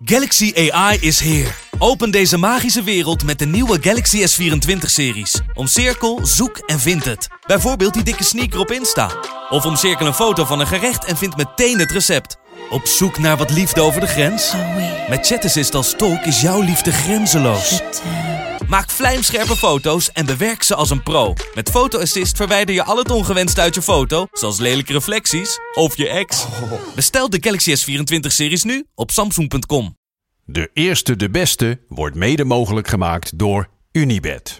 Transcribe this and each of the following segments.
Galaxy AI is here. Open deze magische wereld met de nieuwe Galaxy S24-series. Omcirkel, zoek en vind het. Bijvoorbeeld die dikke sneaker op Insta. Of omcirkel een foto van een gerecht en vind meteen het recept. Op zoek naar wat liefde over de grens? Met Chat Assist als tolk is jouw liefde grenzeloos. Maak vlijmscherpe foto's en bewerk ze als een pro. Met Photo Assist verwijder je al het ongewenst uit je foto, zoals lelijke reflecties of je ex. Bestel de Galaxy S24-series nu op Samsung.com. De eerste, de beste wordt mede mogelijk gemaakt door Unibet.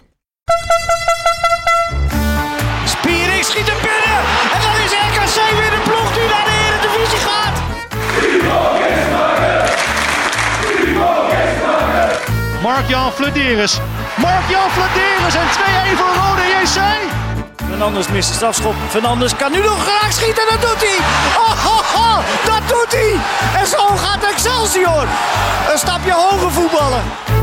Spiering schiet hem binnen. En dan is RKC weer de ploeg die naar de Eredivisie gaat. Mark-Jan Flederis. Mark-Jan Flederis en 2-1 voor Rode JC. Fernandes mist de strafschop. Fernandes kan nu nog graag schieten. Dat doet hij. Dat doet hij. En zo gaat Excelsior. Een stapje hoger voetballen.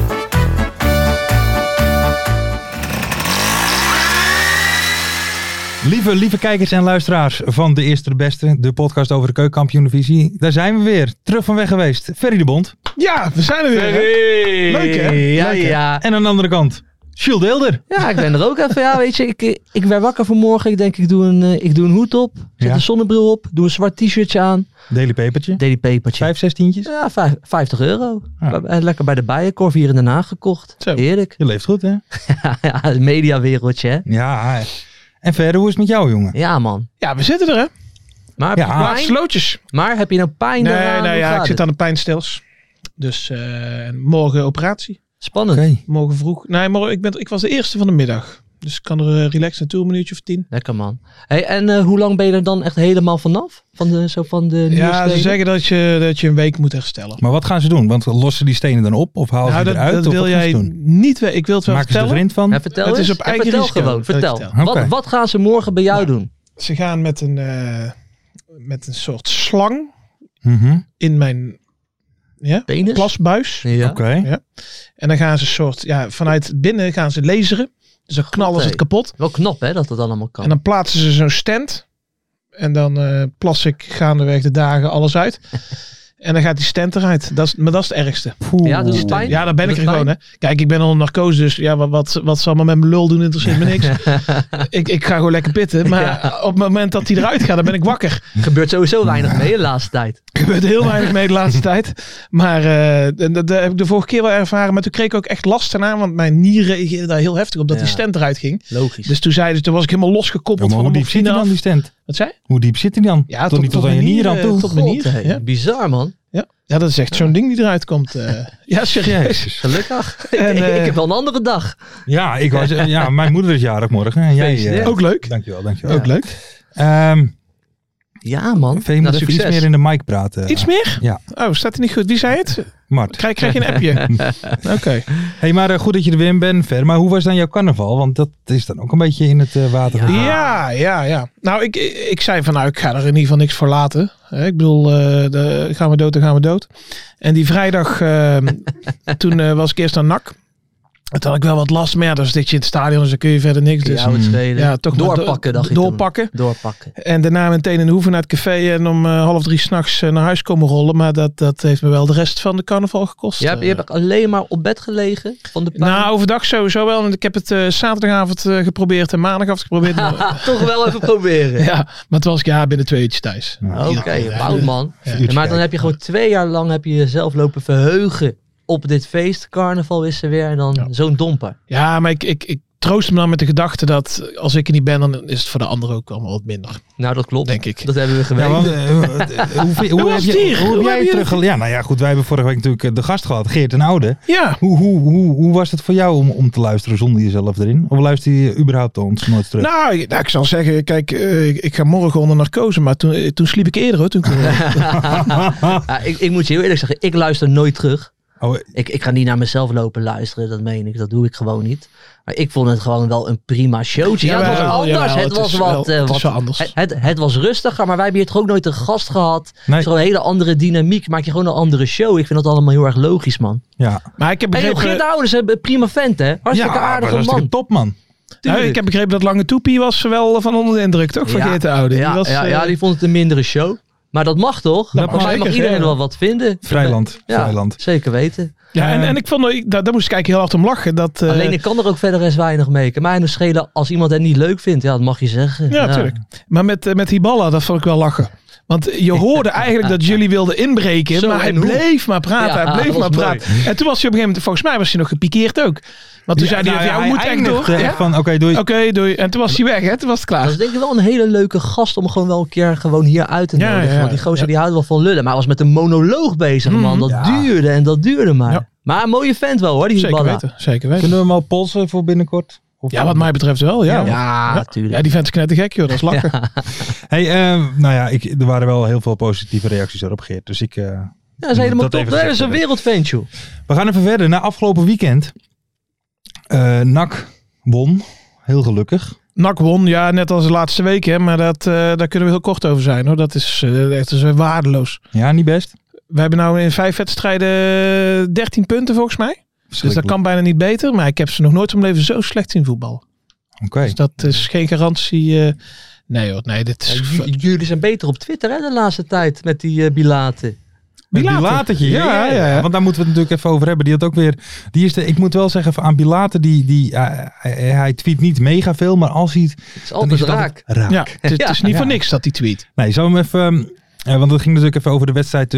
Lieve kijkers en luisteraars van De Eerste de Beste, de podcast over de Keukenkampioen-divisie. Daar zijn we weer, terug van weg geweest. Ferry de Bond. Ja, we zijn er weer. Leuk hè? Ja. En aan de andere kant, Jules Deelder. Ja, ik ben er ook even. Ja, weet je, ik werd wakker vanmorgen. Ik denk, ik doe een hoed op, zet een zonnebril op, doe een zwart t-shirtje aan. Daily Papertje. 5, 5, 6 tientjes? Ja, €50. Ja. Lekker bij de Bijenkorf hier in Den Haag gekocht. Zo. Heerlijk. Je leeft goed, hè? Ja, het mediawereldje, hè? Ja. En verder, hoe is het met jou, jongen? Ja, man. Ja, we zitten er hè. Maar heb je Maar pijn? slootjes. Maar heb je nou pijn? Nee, eraan? Hoe gaat ik zit het? aan de pijnstils. Dus morgen operatie. Spannend. Oké. Morgen vroeg. Nee, morgen, ik was de eerste van de middag. Dus ik kan er relaxed naartoe, een minuutje of 10. Lekker, man. Hey, en hoe lang ben je er dan echt helemaal vanaf? Van de nieuwe Ja, ze stenen? zeggen dat je een week moet herstellen. Maar wat gaan ze doen? Want lossen die stenen dan op? Of halen ze Nou, eruit? dat of wil wat gaan ze jij doen? niet weten. Ik wil het wel Maken ze er vertellen. vriend van? Ja, vertel Het is eens. op eigen vertel risico. gewoon. Vertel. Vertel. Oké. Wat gaan ze morgen bij jou doen? Ze gaan met een soort slang Mhm. in mijn Penis? plasbuis. Ja. Oké. Ja. En dan gaan ze vanuit binnen gaan ze laseren. Dus dan knallen ze het kapot. Wel knap, hè, dat dat allemaal kan. En dan plaatsen ze zo'n stand. En dan plas ik gaandeweg de dagen alles uit. En dan gaat die stand eruit. Maar dat is het ergste. Ja, doet het pijn? Ja, dan ben Doet ik er het gewoon. Hè. Kijk, ik ben onder narcose. Dus ja, wat ze allemaal met mijn lul doen, interesseert me niks. ik ga gewoon lekker pitten. Maar op het moment dat hij eruit gaat, dan ben ik wakker. Er gebeurt sowieso weinig mee de laatste tijd. Er gebeurt heel weinig mee de laatste tijd. Maar dat heb ik de vorige keer wel ervaren. Maar toen kreeg ik ook echt last daarna. Want mijn nier reageerde daar heel heftig op dat die stand eruit ging. Logisch. Dus toen was ik helemaal losgekoppeld Ja, maar van hoe de diep zit hij morfine dan, af. die stand? Wat zei je? Hoe diep zit hij dan? Ja, tot niet tot aan je nier aan toe? tot mijn God, nier. hé. Ja. Bizar, man. Ja, dat is echt zo'n ding die eruit komt. Ja, serieus. Gelukkig. En, ik heb wel een andere dag. Ja, mijn moeder is jarig morgen. En jij, Gefeliciteerd. Ook leuk. Dankjewel. Ook leuk. Ja, man. Vee moet even iets meer in de mic praten. Iets meer? Ja. Oh, staat hij niet goed? Wie zei het? Mart. Krijg je een appje? Oké. Hey, maar goed dat je er weer in bent, Ver. Maar hoe was dan jouw carnaval? Want dat is dan ook een beetje in het water gegaan. Ja. Nou, ik zei van, ik ga er in ieder geval niks voor laten. Ik bedoel, gaan we dood, dan gaan we dood. En die vrijdag, toen was ik eerst aan NAC. Toen had ik wel wat last, maar ja, dan zit je in het stadion, dus dan kun je verder niks. Kun je Dus jou het schelen. ja, toch maar Doorpakken, dacht ik doorpakken. toen. Doorpakken. En daarna meteen in de hoeven naar het café en om 2:30 s'nachts naar huis komen rollen. Maar dat heeft me wel de rest van de carnaval gekost. Je hebt alleen maar op bed gelegen van de pijn? Nou, overdag sowieso wel. En ik heb het zaterdagavond geprobeerd en maandagavond geprobeerd. Toch wel even proberen. Ja, maar toen was ik binnen 2 uurtjes thuis. Oké, fout man. Ja. Ja, maar dan heb je gewoon 2 jaar lang jezelf lopen verheugen op dit feest. Carnaval is er weer en dan zo'n domper. Ja, maar ik troost me dan met de gedachte dat als ik er niet ben, dan is het voor de anderen ook allemaal wat minder. Nou, dat klopt. Denk ik. Dat hebben we geweten. Ja, want, hoe heb jij je- terug? Ja, nou ja, goed. Wij hebben vorige week natuurlijk de gast gehad, Geert en Oude. Ja. Hoe was het voor jou om te luisteren zonder jezelf erin? Of luister je überhaupt ons nooit terug? Nou, ik zal zeggen, kijk, ik ga morgen onder narcose, maar toen sliep ik eerder hoor. Ja, ik moet je heel eerlijk zeggen, ik luister nooit terug. Oh, Ik ga niet naar mezelf lopen luisteren, dat meen ik. Dat doe ik gewoon niet. Maar ik vond het gewoon wel een prima showtje. Ja, het was Jawel, anders. jawel, Het was wat. het is wel anders. Het was rustiger, maar wij hebben hier toch ook nooit een gast gehad. Nee. Het is gewoon een hele andere dynamiek. Maak je gewoon een andere show. Ik vind dat allemaal heel erg logisch, man. ja. Maar ik heb En begrepen... Geert Ouders, een prima vent, hè? Hartstikke aardige man. Top, man. Nou, ik heb begrepen dat Lange Toepie was wel van onder de indruk, toch? Van Geert de Oude. Ja, Die was, die vond het een mindere show. Maar dat mag toch? Dat Volgens mij mag iedereen wel wat vinden. Vrijland. Zeker weten. Ja, en ik vond, daar moest ik eigenlijk heel hard om lachen. Dat, Alleen ik kan er ook verder eens weinig mee. Kan mij nog schelen als iemand het niet leuk vindt. Ja, dat mag je zeggen. Ja, natuurlijk. Maar met Hiballa, dat vond ik wel lachen. Want je hoorde eigenlijk dat jullie wilden inbreken. Zo, maar hij bleef maar praten. Ja, hij bleef maar praten. En toen was hij op een gegeven moment, volgens mij was hij nog gepikeerd ook. Want toen zei hij, hij moet echt door. Van, oké, doei. En toen was hij weg, hè? Toen was het klaar. Dat is denk ik wel een hele leuke gast om gewoon wel een keer gewoon hier uit te nodigen. Want die gozer die houdt wel van lullen. Maar hij was met een monoloog bezig, man. Dat duurde en dat duurde maar. Ja. Maar een mooie vent wel, hoor, die Hiballa. Zeker weten. Kunnen we hem al polsen voor binnenkort? Ja, wat mij betreft wel, ja. Ja, natuurlijk. Ja, die vent is knettergek, joh. Dat is lachen. Ja. Hey, er waren wel heel veel positieve reacties erop, Geert. Dus ik... Ja, dat is helemaal top. Dat is een wereldvent, joh. We gaan even verder. Na afgelopen weekend. NAC won. Heel gelukkig. NAC won, ja, net als de laatste week, hè. Maar daar kunnen we heel kort over zijn, hoor. Dat is echt waardeloos. Ja, niet best. We hebben nou in 5 wedstrijden 13 punten, volgens mij. Dus dat kan bijna niet beter. Maar ik heb ze nog nooit in mijn leven zo slecht zien voetballen. Oké. Dus dat is geen garantie. Nee hoor, nee. Dit is... Jullie zijn beter op Twitter, hè, de laatste tijd. Met die Bilaten. Bilatertje, ja. Want daar moeten we het natuurlijk even over hebben. Die had ook weer... ik moet wel zeggen, aan Bilater, hij tweet niet mega veel. Maar als hij het is altijd raak. Ja, het is niet voor niks dat hij tweet. Nee, zo hem even... want het ging natuurlijk even over de wedstrijd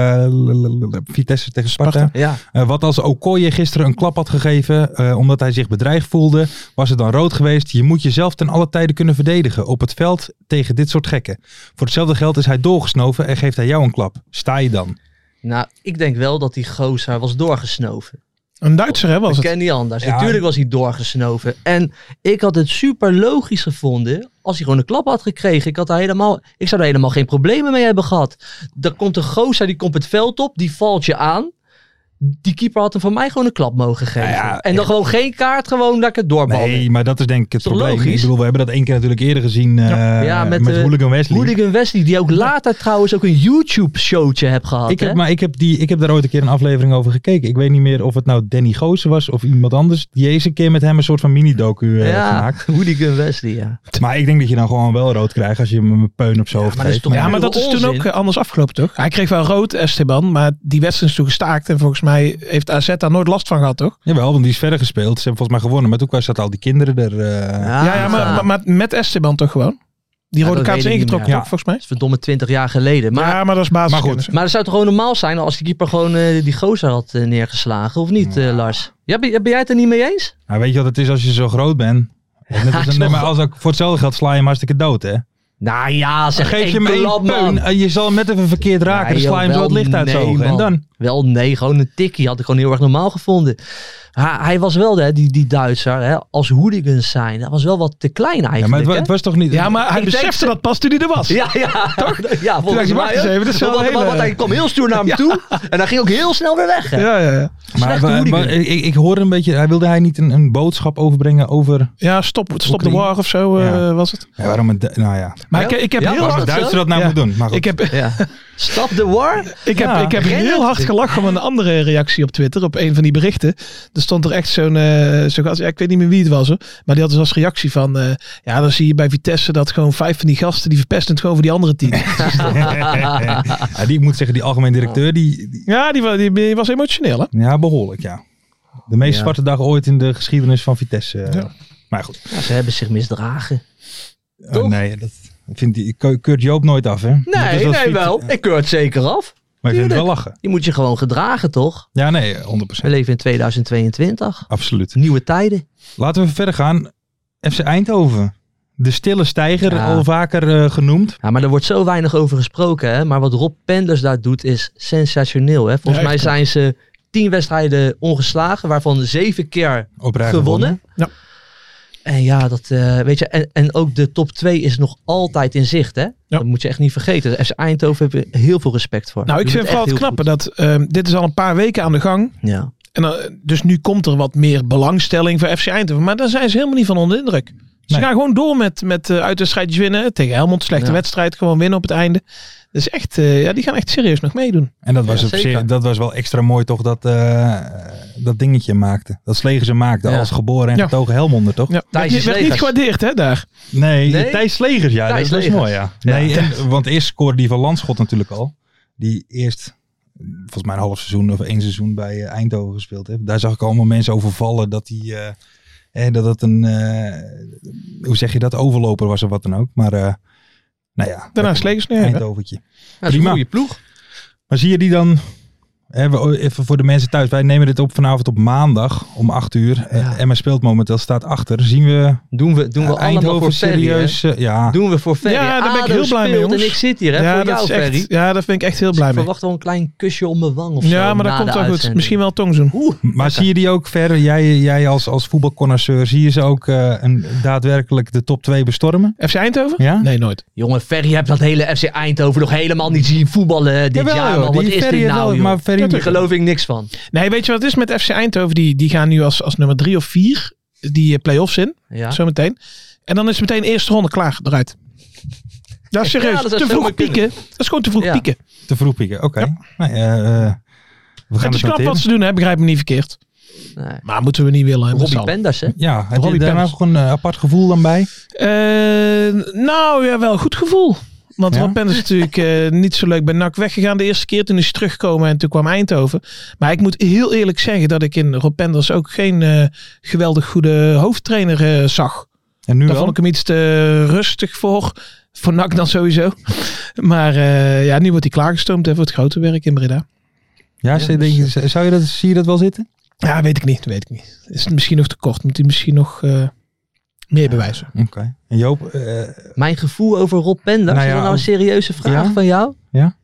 tussen Vitesse tegen Sparta. Ja. Wat als Okoye gisteren een klap had gegeven omdat hij zich bedreigd voelde, was het dan rood geweest. Je moet jezelf ten alle tijde kunnen verdedigen op het veld tegen dit soort gekken. Voor hetzelfde geld is hij doorgesnoven en geeft hij jou een klap. Sta je dan? Nou, ik denk wel dat die gozer was doorgesnoven. Een Duitser, hè, was het? Ik ken niet anders. Ja. Natuurlijk was hij doorgesnoven. En ik had het super logisch gevonden als hij gewoon een klap had gekregen. Ik zou daar helemaal geen problemen mee hebben gehad. Er komt een gozer, die komt het veld op, die valt je aan. Die keeper had hem van mij gewoon een klap mogen geven. Ja, en dan gewoon geen kaart, gewoon dat ik het doorbal. Nee, maar dat is denk ik het probleem. Logisch? Ik bedoel, we hebben dat 1 keer natuurlijk eerder gezien met Hooligan Wesley. Hooligan Wesley, die ook later trouwens ook een YouTube-showtje heeft gehad. Ik heb daar ooit een keer een aflevering over gekeken. Ik weet niet meer of het nou Danny Goosen was of iemand anders. Die heeft een keer met hem een soort van mini-docu gemaakt. Hooligan Wesley, ja. Maar ik denk dat je dan gewoon wel rood krijgt als je hem een peun op zijn hoofd geeft. Ja, maar dat is toen ook anders afgelopen, toch? Hij kreeg wel rood, Esteban, maar die wedstrijd is toen gestaakt en volgens mij heeft AZ daar nooit last van gehad, toch? Jawel, want die is verder gespeeld. Ze hebben volgens mij gewonnen. Maar toen zaten al die kinderen er... Maar met Esteban toch gewoon? Die rode kaart is ingetrokken, toch, volgens mij? Dat is verdomme 20 jaar geleden. Maar dat is basis. Maar goed. Maar het zou toch gewoon normaal zijn als die keeper gewoon die gozer had neergeslagen, of niet, Lars? Ja, ben jij het er niet mee eens? Nou, weet je wat het is als je zo groot bent? Maar als ook voor hetzelfde geld sla je hem hartstikke dood, hè? Nou ja, zeg, geef je hem één peun. Je zal hem net even verkeerd raken. Dan sla je hem zo het licht uit zijn ogen. En dan? Wel nee, gewoon een tikkie had ik gewoon heel erg normaal gevonden. Hij was wel, die Duitser, hè, als hooligans zijn. Dat was wel wat te klein eigenlijk. Ja, maar het was toch niet... Ja, maar hij besefte dat pas toen hij er was. Ja, toch? Ja, volgens mij. Hij kwam heel stoer naar hem toe. En hij ging ook heel snel weer weg. Hè? Ja. Maar ik hoorde een beetje... Wilde hij niet een boodschap overbrengen over... Ja, stop de war of zo was het. Ja, waarom... Nou ja. Maar ik heb heel hard... Duitser dat nou moet doen. Maar goed. Stop the war? Ik heb heel hard gelachen om een andere reactie op Twitter. Op een van die berichten. Er stond er echt zo'n gast. Ja, ik weet niet meer wie het was. Hoor. Maar die had dus als reactie van... dan zie je bij Vitesse dat gewoon 5 van die gasten... die verpesten het gewoon voor die andere 10. Ik moet zeggen, die algemeen directeur... Die was emotioneel, hè? Ja, behoorlijk, ja. De meest zwarte dag ooit in de geschiedenis van Vitesse. Maar goed. Ja, ze hebben zich misdragen. Nee, dat... Keurt Joop nooit af, hè? Nee, wel. Ik keur het zeker af. Maar je vindt het wel lachen. Je moet je gewoon gedragen, toch? Ja, nee, 100%. We leven in 2022. Absoluut. Nieuwe tijden. Laten we verder gaan. FC Eindhoven. De stille steiger, al vaker genoemd. Ja, maar er wordt zo weinig over gesproken, hè? Maar wat Rob Penders daar doet is sensationeel, hè? Volgens mij zijn ze 10 wedstrijden ongeslagen, waarvan 7 keer gewonnen. Ja. En ja, dat weet je. En ook de top 2 is nog altijd in zicht, hè? Ja. Dat moet je echt niet vergeten. De FC Eindhoven hebben heel veel respect voor. Nou, ik vind vooral het knappe dat dit is al een paar weken aan de gang. Ja. En dus nu komt er wat meer belangstelling voor FC Eindhoven. Maar daar zijn ze helemaal niet van onder de indruk. Ze gaan gewoon door met uitwedstrijdjes winnen. Tegen Helmond, slechte wedstrijd. Gewoon winnen op het einde. Dus echt, die gaan echt serieus nog meedoen. En dat was, zeker. dat was wel extra mooi toch dat dingetje maakte. Dat Slegers hem maakte als geboren en getogen Helmonder, toch? Ja. Werd niet gewaardeerd, hè, daar? Nee, Thijs Slegers, Thijs dat is Slegers. mooi, ja. Nee, want eerst scoorde die van Landschot natuurlijk al. Die eerst, volgens mij een half seizoen of 1 seizoen bij Eindhoven gespeeld heeft. Daar zag ik allemaal mensen over vallen dat dat het een, hoe zeg je dat, overloper was of wat dan ook. Maar Daarna Slegers neer. Eindhoventje. Ja, dat is Prima. een goede ploeg. Maar zie je die dan, even voor de mensen thuis, wij nemen dit op vanavond op maandag om 8 uur. Emma speelt momenteel, staat achter. Zien we Doen we allemaal Eindhoven voor Ferry, serieus? Doen we voor Ferry. Ja, daar ben ik heel blij mee, jongens. En ik zit hier, hè, voor jou, Ferry. Ja, daar ben ik echt heel blij Ik mee. verwacht wel een klein kusje om mijn wang of zo. Ja, maar dat na komt de wel goed. uitzending. Misschien wel tongzoen. Maar zie je die ook verder? Jij als voetbalconnoisseur, zie je ze ook daadwerkelijk de top 2 bestormen? FC Eindhoven? Ja? Nee, nooit. Jongen, Ferry heeft dat hele FC Eindhoven nog helemaal niet zien voetballen dit jaar. Man. Wat is Ferry dit nou, wel, joh? maar Ferry, Daar geloof ik niks van. Nee, weet je wat het is met FC Eindhoven? Die gaan nu als nummer 3 of 4 die play-offs in. Ja. Zometeen. En dan is meteen eerste ronde klaar, eruit. Dat is serieus. Ja, dat zou te vroeg zomaar kunnen. pieken. Dat is gewoon te vroeg Ja. pieken. te vroeg pieken. Oké. Ja. Nee, we gaan Het is het knap noteren. wat ze doen, hè? Begrijp me niet verkeerd. Nee. Maar moeten we niet willen. Hè, met z'n Robbie allen. Penders, hè? Ja, heb je Robbie daar nou Penders. gewoon een apart gevoel dan bij? Nou ja, wel een goed gevoel. Want Ja? Rob Penders is natuurlijk niet zo leuk bij NAC weggegaan de eerste keer. Toen is hij teruggekomen en toen kwam Eindhoven. Maar ik moet heel eerlijk zeggen dat ik in Rob Penders ook geen geweldig goede hoofdtrainer zag. En nu Daar wel? vond ik hem iets te rustig voor. Voor NAC dan sowieso. Maar nu wordt hij klaargestoomd hè, voor het grote werk in Breda. Ja, zie je dat wel zitten? Ja, weet ik niet. Is het misschien nog te kort? Moet hij misschien nog meer bewijzen? Oké. En Joop? Mijn gevoel over Rob Penders, Nou is ja, dat nou een serieuze vraag ja? van jou? Ja.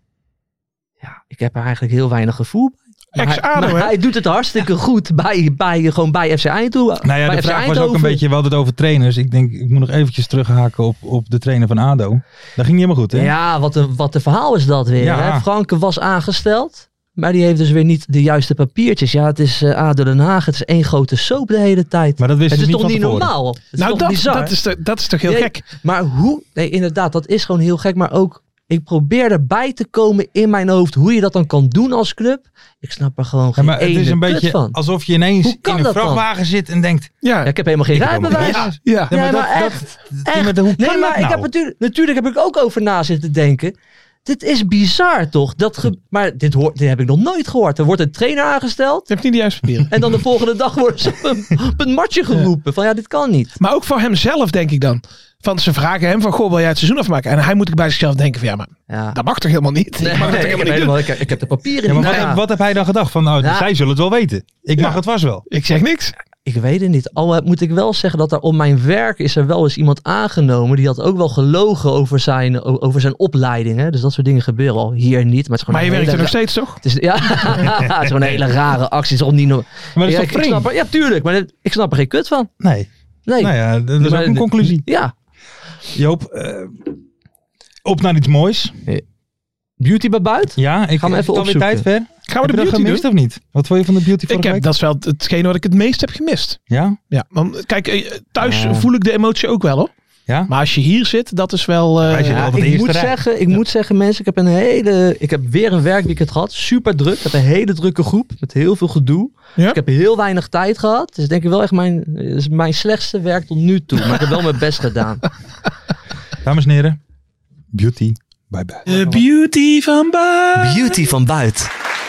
Ja, ik heb er eigenlijk heel weinig gevoel bij. Maar Ex-ADO, hè? hij doet het hartstikke goed bij FC Eindhoven. Nou ja, bij de FC vraag was ook Eindhoven. een beetje, we hadden het over trainers. Ik denk, ik moet nog eventjes terughaken op de trainer van ADO. Dat ging niet helemaal goed, hè? Ja, wat een verhaal is dat weer. Ja. Hè? Franke was aangesteld, maar die heeft dus weer niet de juiste papiertjes. Ja, het is ADO Den Haag. Het is één grote soap de hele tijd. Maar dat wisten Het ze is toch niet niet van tevoren. normaal? Het is Nou, toch bizar? dat is toch heel Nee, gek? Maar hoe? Nee, inderdaad, dat is gewoon heel gek. Maar ook, ik probeer erbij te komen in mijn hoofd hoe je dat dan kan doen als club. Ik snap er gewoon Ja, geen maar het is ene een kut beetje van. alsof je ineens Hoe kan in een dat dan? vrachtwagen zit en denkt... Ja, Ja, ik heb helemaal geen Ik heb helemaal rijbewijs. geen ja. Ja, Ja, maar maar hoe kan Nee, maar dat ik nou? heb natuurlijk heb ik ook over na zitten denken. Dit is bizar toch? Maar dit heb ik nog nooit gehoord. Er wordt een trainer aangesteld. Je hebt niet de juiste papieren. En dan de volgende dag worden ze op een matje geroepen. Van ja, dit kan niet. Maar ook voor hemzelf denk ik dan. Van ze vragen hem van, goh, wil jij het seizoen afmaken? En hij moet bij zichzelf denken van, ja, maar Ja. dat mag toch helemaal niet? Nee, Ik mag het toch ik, helemaal heb niet doen? ik heb de papieren Ja, niet. maar Nou ja, wat heb hij dan gedacht? Van, nou, Ja. zij zullen het wel weten. Ik mag het vast wel. Ik zeg niks. ik weet het niet. Al moet ik wel zeggen dat er op mijn werk is er wel eens iemand aangenomen. Die had ook wel gelogen over zijn opleiding. Hè? Dus dat soort dingen gebeuren al hier niet. Maar, het is gewoon Maar je een werkt er hele nog steeds, toch? Het is, ja, het is gewoon een hele rare actie. Het is toch niet Maar dat is ja, toch ik vreemd? snap er, ja, tuurlijk. Maar ik snap er geen kut van. Nee. Nee. Nou ja, dat is Maar ook een conclusie. Ja. Joop, op naar iets moois. Beauty bij buiten? Ja, ik Ga hem even is het alweer opzoeken. tijd ver. Gaan we Heb de je dat beauty gemist doen? of niet? Wat vond je van de beauty vorige week? Dat is wel hetgene wat ik het meest heb gemist. Ja? Ja, want kijk, thuis Ja. voel ik de emotie ook wel, hoor. Ja? Maar als je hier zit, dat is wel... Wij zitten Ja, altijd de ik eerste moet rij. moet zeggen, mensen, ik heb weer een werkweekend gehad. Super druk. Ik heb een hele drukke groep met heel veel gedoe. Ja? Ik heb heel weinig tijd gehad. Dus denk ik wel echt mijn slechtste werk tot nu toe. Maar ik heb wel mijn best gedaan. Dames en heren, beauty, bye bye. De beauty van buiten. Beauty van buiten.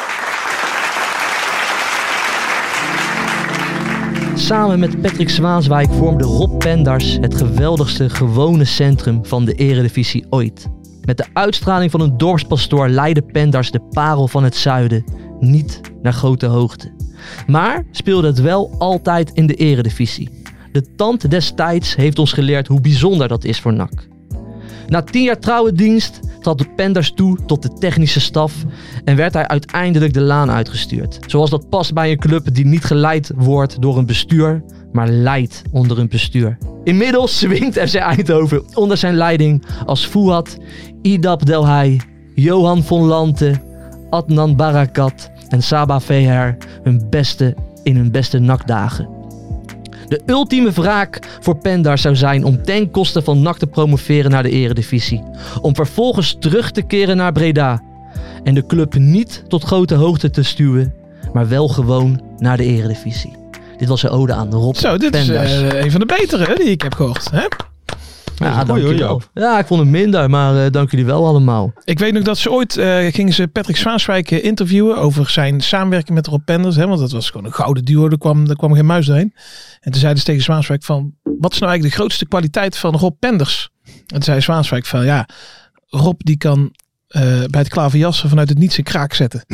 Samen met Patrick Zwaanswijk vormde Rob Penders het geweldigste gewone centrum van de Eredivisie ooit. Met de uitstraling van een dorpspastoor leidde Penders de parel van het zuiden niet naar grote hoogte. Maar speelde het wel altijd in de Eredivisie. De tand destijds heeft ons geleerd hoe bijzonder dat is voor NAC. Na 10 jaar trouwe dienst trad de Penders toe tot de technische staf en werd hij uiteindelijk de laan uitgestuurd. Zoals dat past bij een club die niet geleid wordt door een bestuur, maar leidt onder een bestuur. Inmiddels swingt FC Eindhoven onder zijn leiding als Fouad, Idab Delhai, Johan von Lante, Adnan Barakat en Saba Veher hun beste NAC-dagen. De ultieme wraak voor Pendar zou zijn om ten koste van NAC te promoveren naar de eredivisie. Om vervolgens terug te keren naar Breda. En de club niet tot grote hoogte te stuwen, maar wel gewoon naar de eredivisie. Dit was een ode aan Rob Zo, dit Penders. is een van de betere die ik heb gehoord. Hè? Ja, dank jullie wel. Ja, ik vond het minder, maar dank jullie wel allemaal. Ik weet nog dat ze ooit gingen ze Patrick Zwaanswijk interviewen over zijn samenwerking met Rob Penders. Hè, want dat was gewoon een gouden duo, er kwam geen muis doorheen. En toen zeiden ze tegen Zwaanswijk van, wat is nou eigenlijk de grootste kwaliteit van Rob Penders? En toen zei Zwaanswijk van, ja, Rob die kan bij het klaverjassen vanuit het niets een kraak zetten.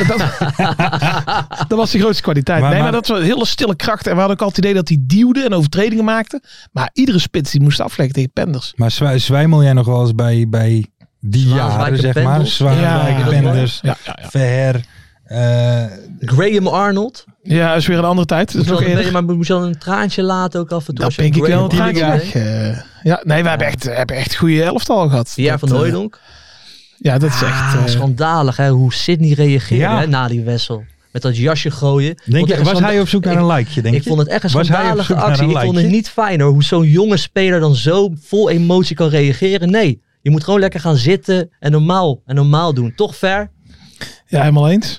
Dat was de grootste kwaliteit. Maar dat was een hele stille kracht. En we hadden ook altijd het idee dat hij duwde en overtredingen maakte. Maar iedere spits die moest afleggen tegen Penders. Maar zwijmel jij nog wel eens bij die jaren, zeg maar? Zwaanswijk, Penders, Ver. Graham Arnold. Ja, dat is weer een andere tijd. Dat is nog eerder. Maar moest je dan een traantje laten ook af en toe? Dat denk ik wel een traantje. We hebben echt goede elftal gehad. Pierre van Hooijdonk. Ja, dat is echt... schandalig, hè, hoe Sydney reageerde hè, na die wissel. Met dat jasje gooien. Was hij op zoek naar een likeje, denk je? Ik vond het echt een schandalige actie. Ik vond het niet fijn hoor, hoe zo'n jonge speler dan zo vol emotie kan reageren. Nee, je moet gewoon lekker gaan zitten en normaal doen. Toch Ver? Ja, helemaal eens.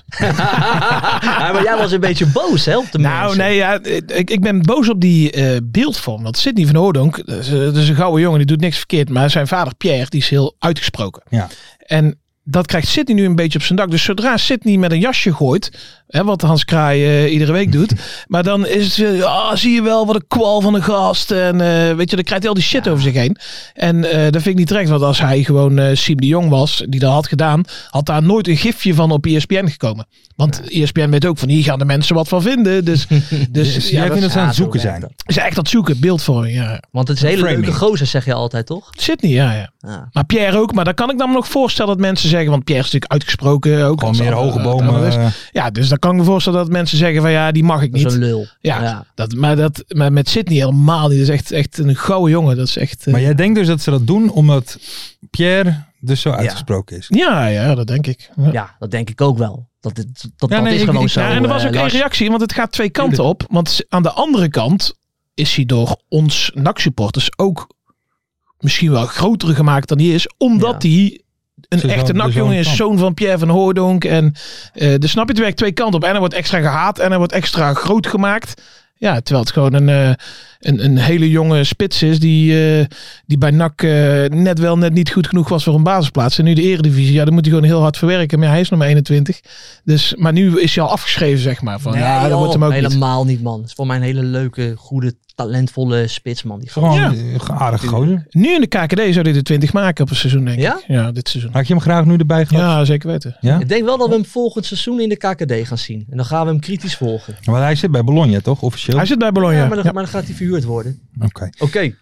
Maar jij was een beetje boos, hè, op de mensen. Nou, nee, ja, ik ben boos op die beeldvorm. Want Sydney van Hooijdonk, dat is een gouden jongen, die doet niks verkeerd. Maar zijn vader Pierre, die is heel uitgesproken. Ja. En dat krijgt Sydney nu een beetje op zijn dak. Dus zodra Sydney met een jasje gooit, hè, wat Hans Kraai iedere week doet. Maar dan is het, zie je wel wat een kwal van een gast. En weet je, dan krijgt hij al die shit over zich heen. En dat vind ik niet terecht. Want als hij gewoon Siem de Jong was, die dat had gedaan, had daar nooit een gifje van op ESPN gekomen. Want ESPN weet ook van, hier gaan de mensen wat van vinden. Dus jij vindt dat ze aan het zoeken zijn? Ze zijn echt aan het zoeken, beeldvorming, ja. Want het is een hele leuke gozer, zeg je altijd, toch? Sydney, ja. Maar Pierre ook. Maar dan kan ik dan nog voorstellen dat mensen zeggen, want Pierre is natuurlijk uitgesproken. Ook gewoon meer hoge bomen. Ja, dus dan kan ik me voorstellen dat mensen zeggen van, ja, die mag ik niet. Dat is een lul. Ja. Maar met Sydney helemaal niet. Dat is echt een gouden jongen. Dat is echt... Maar jij denkt dus dat ze dat doen omdat Pierre dus zo uitgesproken is? Ja, dat denk ik. Ja, dat denk ik ook wel. Dat is gewoon zo. Ja, en er was ook één reactie, want het gaat twee kanten op. Want aan de andere kant is hij door ons NAC-supporters ook misschien wel groter gemaakt dan hij is. Omdat hij een echte NAC-jongen is. Zoon van Pierre van Hooijdonk. En dus snap je, het werkt twee kanten op. En hij wordt extra gehaat en hij wordt extra groot gemaakt. Ja, terwijl het gewoon een hele jonge spits is die bij NAC net niet goed genoeg was voor een basisplaats. En nu de eredivisie, ja, dan moet hij gewoon heel hard verwerken. Maar hij is nog maar 21. Dus, maar nu is hij al afgeschreven, zeg maar. Van, dat wordt hem ook helemaal niet, man. Het is voor mij een hele leuke, goede, talentvolle spitsman. Die gewoon aardig gozer. Nu in de KKD zou hij de 20 maken op een seizoen, denk ik. Ja, dit seizoen. Had je hem graag nu erbij gehad? Ja, zeker weten. Ja? Ik denk wel dat we hem volgend seizoen in de KKD gaan zien. En dan gaan we hem kritisch volgen. Maar hij zit bij Bologna, toch? Officieel? Hij zit bij Bologna. Ja, maar dan gaat hij verhuurd worden. Oké.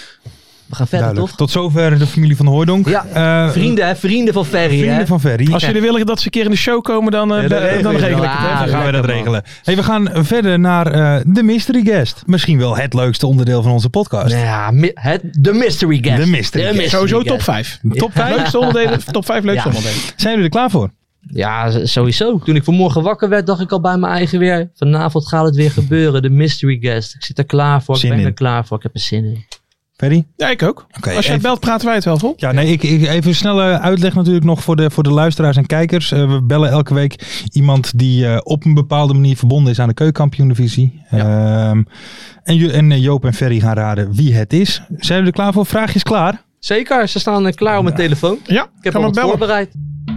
We gaan verder, duidelijk. toch? Tot zover de familie van Hooijdonk. Ja, vrienden van Ferry. Vrienden van Ferry. Als jullie willen dat ze een keer in de show komen, dan regel ik het. Dan gaan we dat regelen. Hey, we gaan verder naar de Mystery Guest. Misschien wel het leukste onderdeel van onze podcast. Ja, de Mystery Guest. De Mystery Guest. Sowieso top 5. Top 5? Leukste onderdelen, top 5 leukste onderdelen. Zijn jullie er klaar voor? Ja, sowieso. Toen ik vanmorgen wakker werd, dacht ik al bij mijn eigen weer. Vanavond gaat het weer gebeuren. De Mystery Guest. Ik zit er klaar voor. Ik ben er klaar voor. Ik heb er zin in. Ferry? Ja, ik ook. Als jij belt, praten wij het wel vol. Ja, nee, ik even een snelle uitleg natuurlijk nog voor de luisteraars en kijkers. We bellen elke week iemand die op een bepaalde manier verbonden is aan de Keukenkampioen-divisie. Ja. En Joop en Ferry gaan raden wie het is. Zijn jullie er klaar voor? Vraagjes klaar? Zeker, ze staan klaar op mijn telefoon. Ja, ik heb al voorbereid.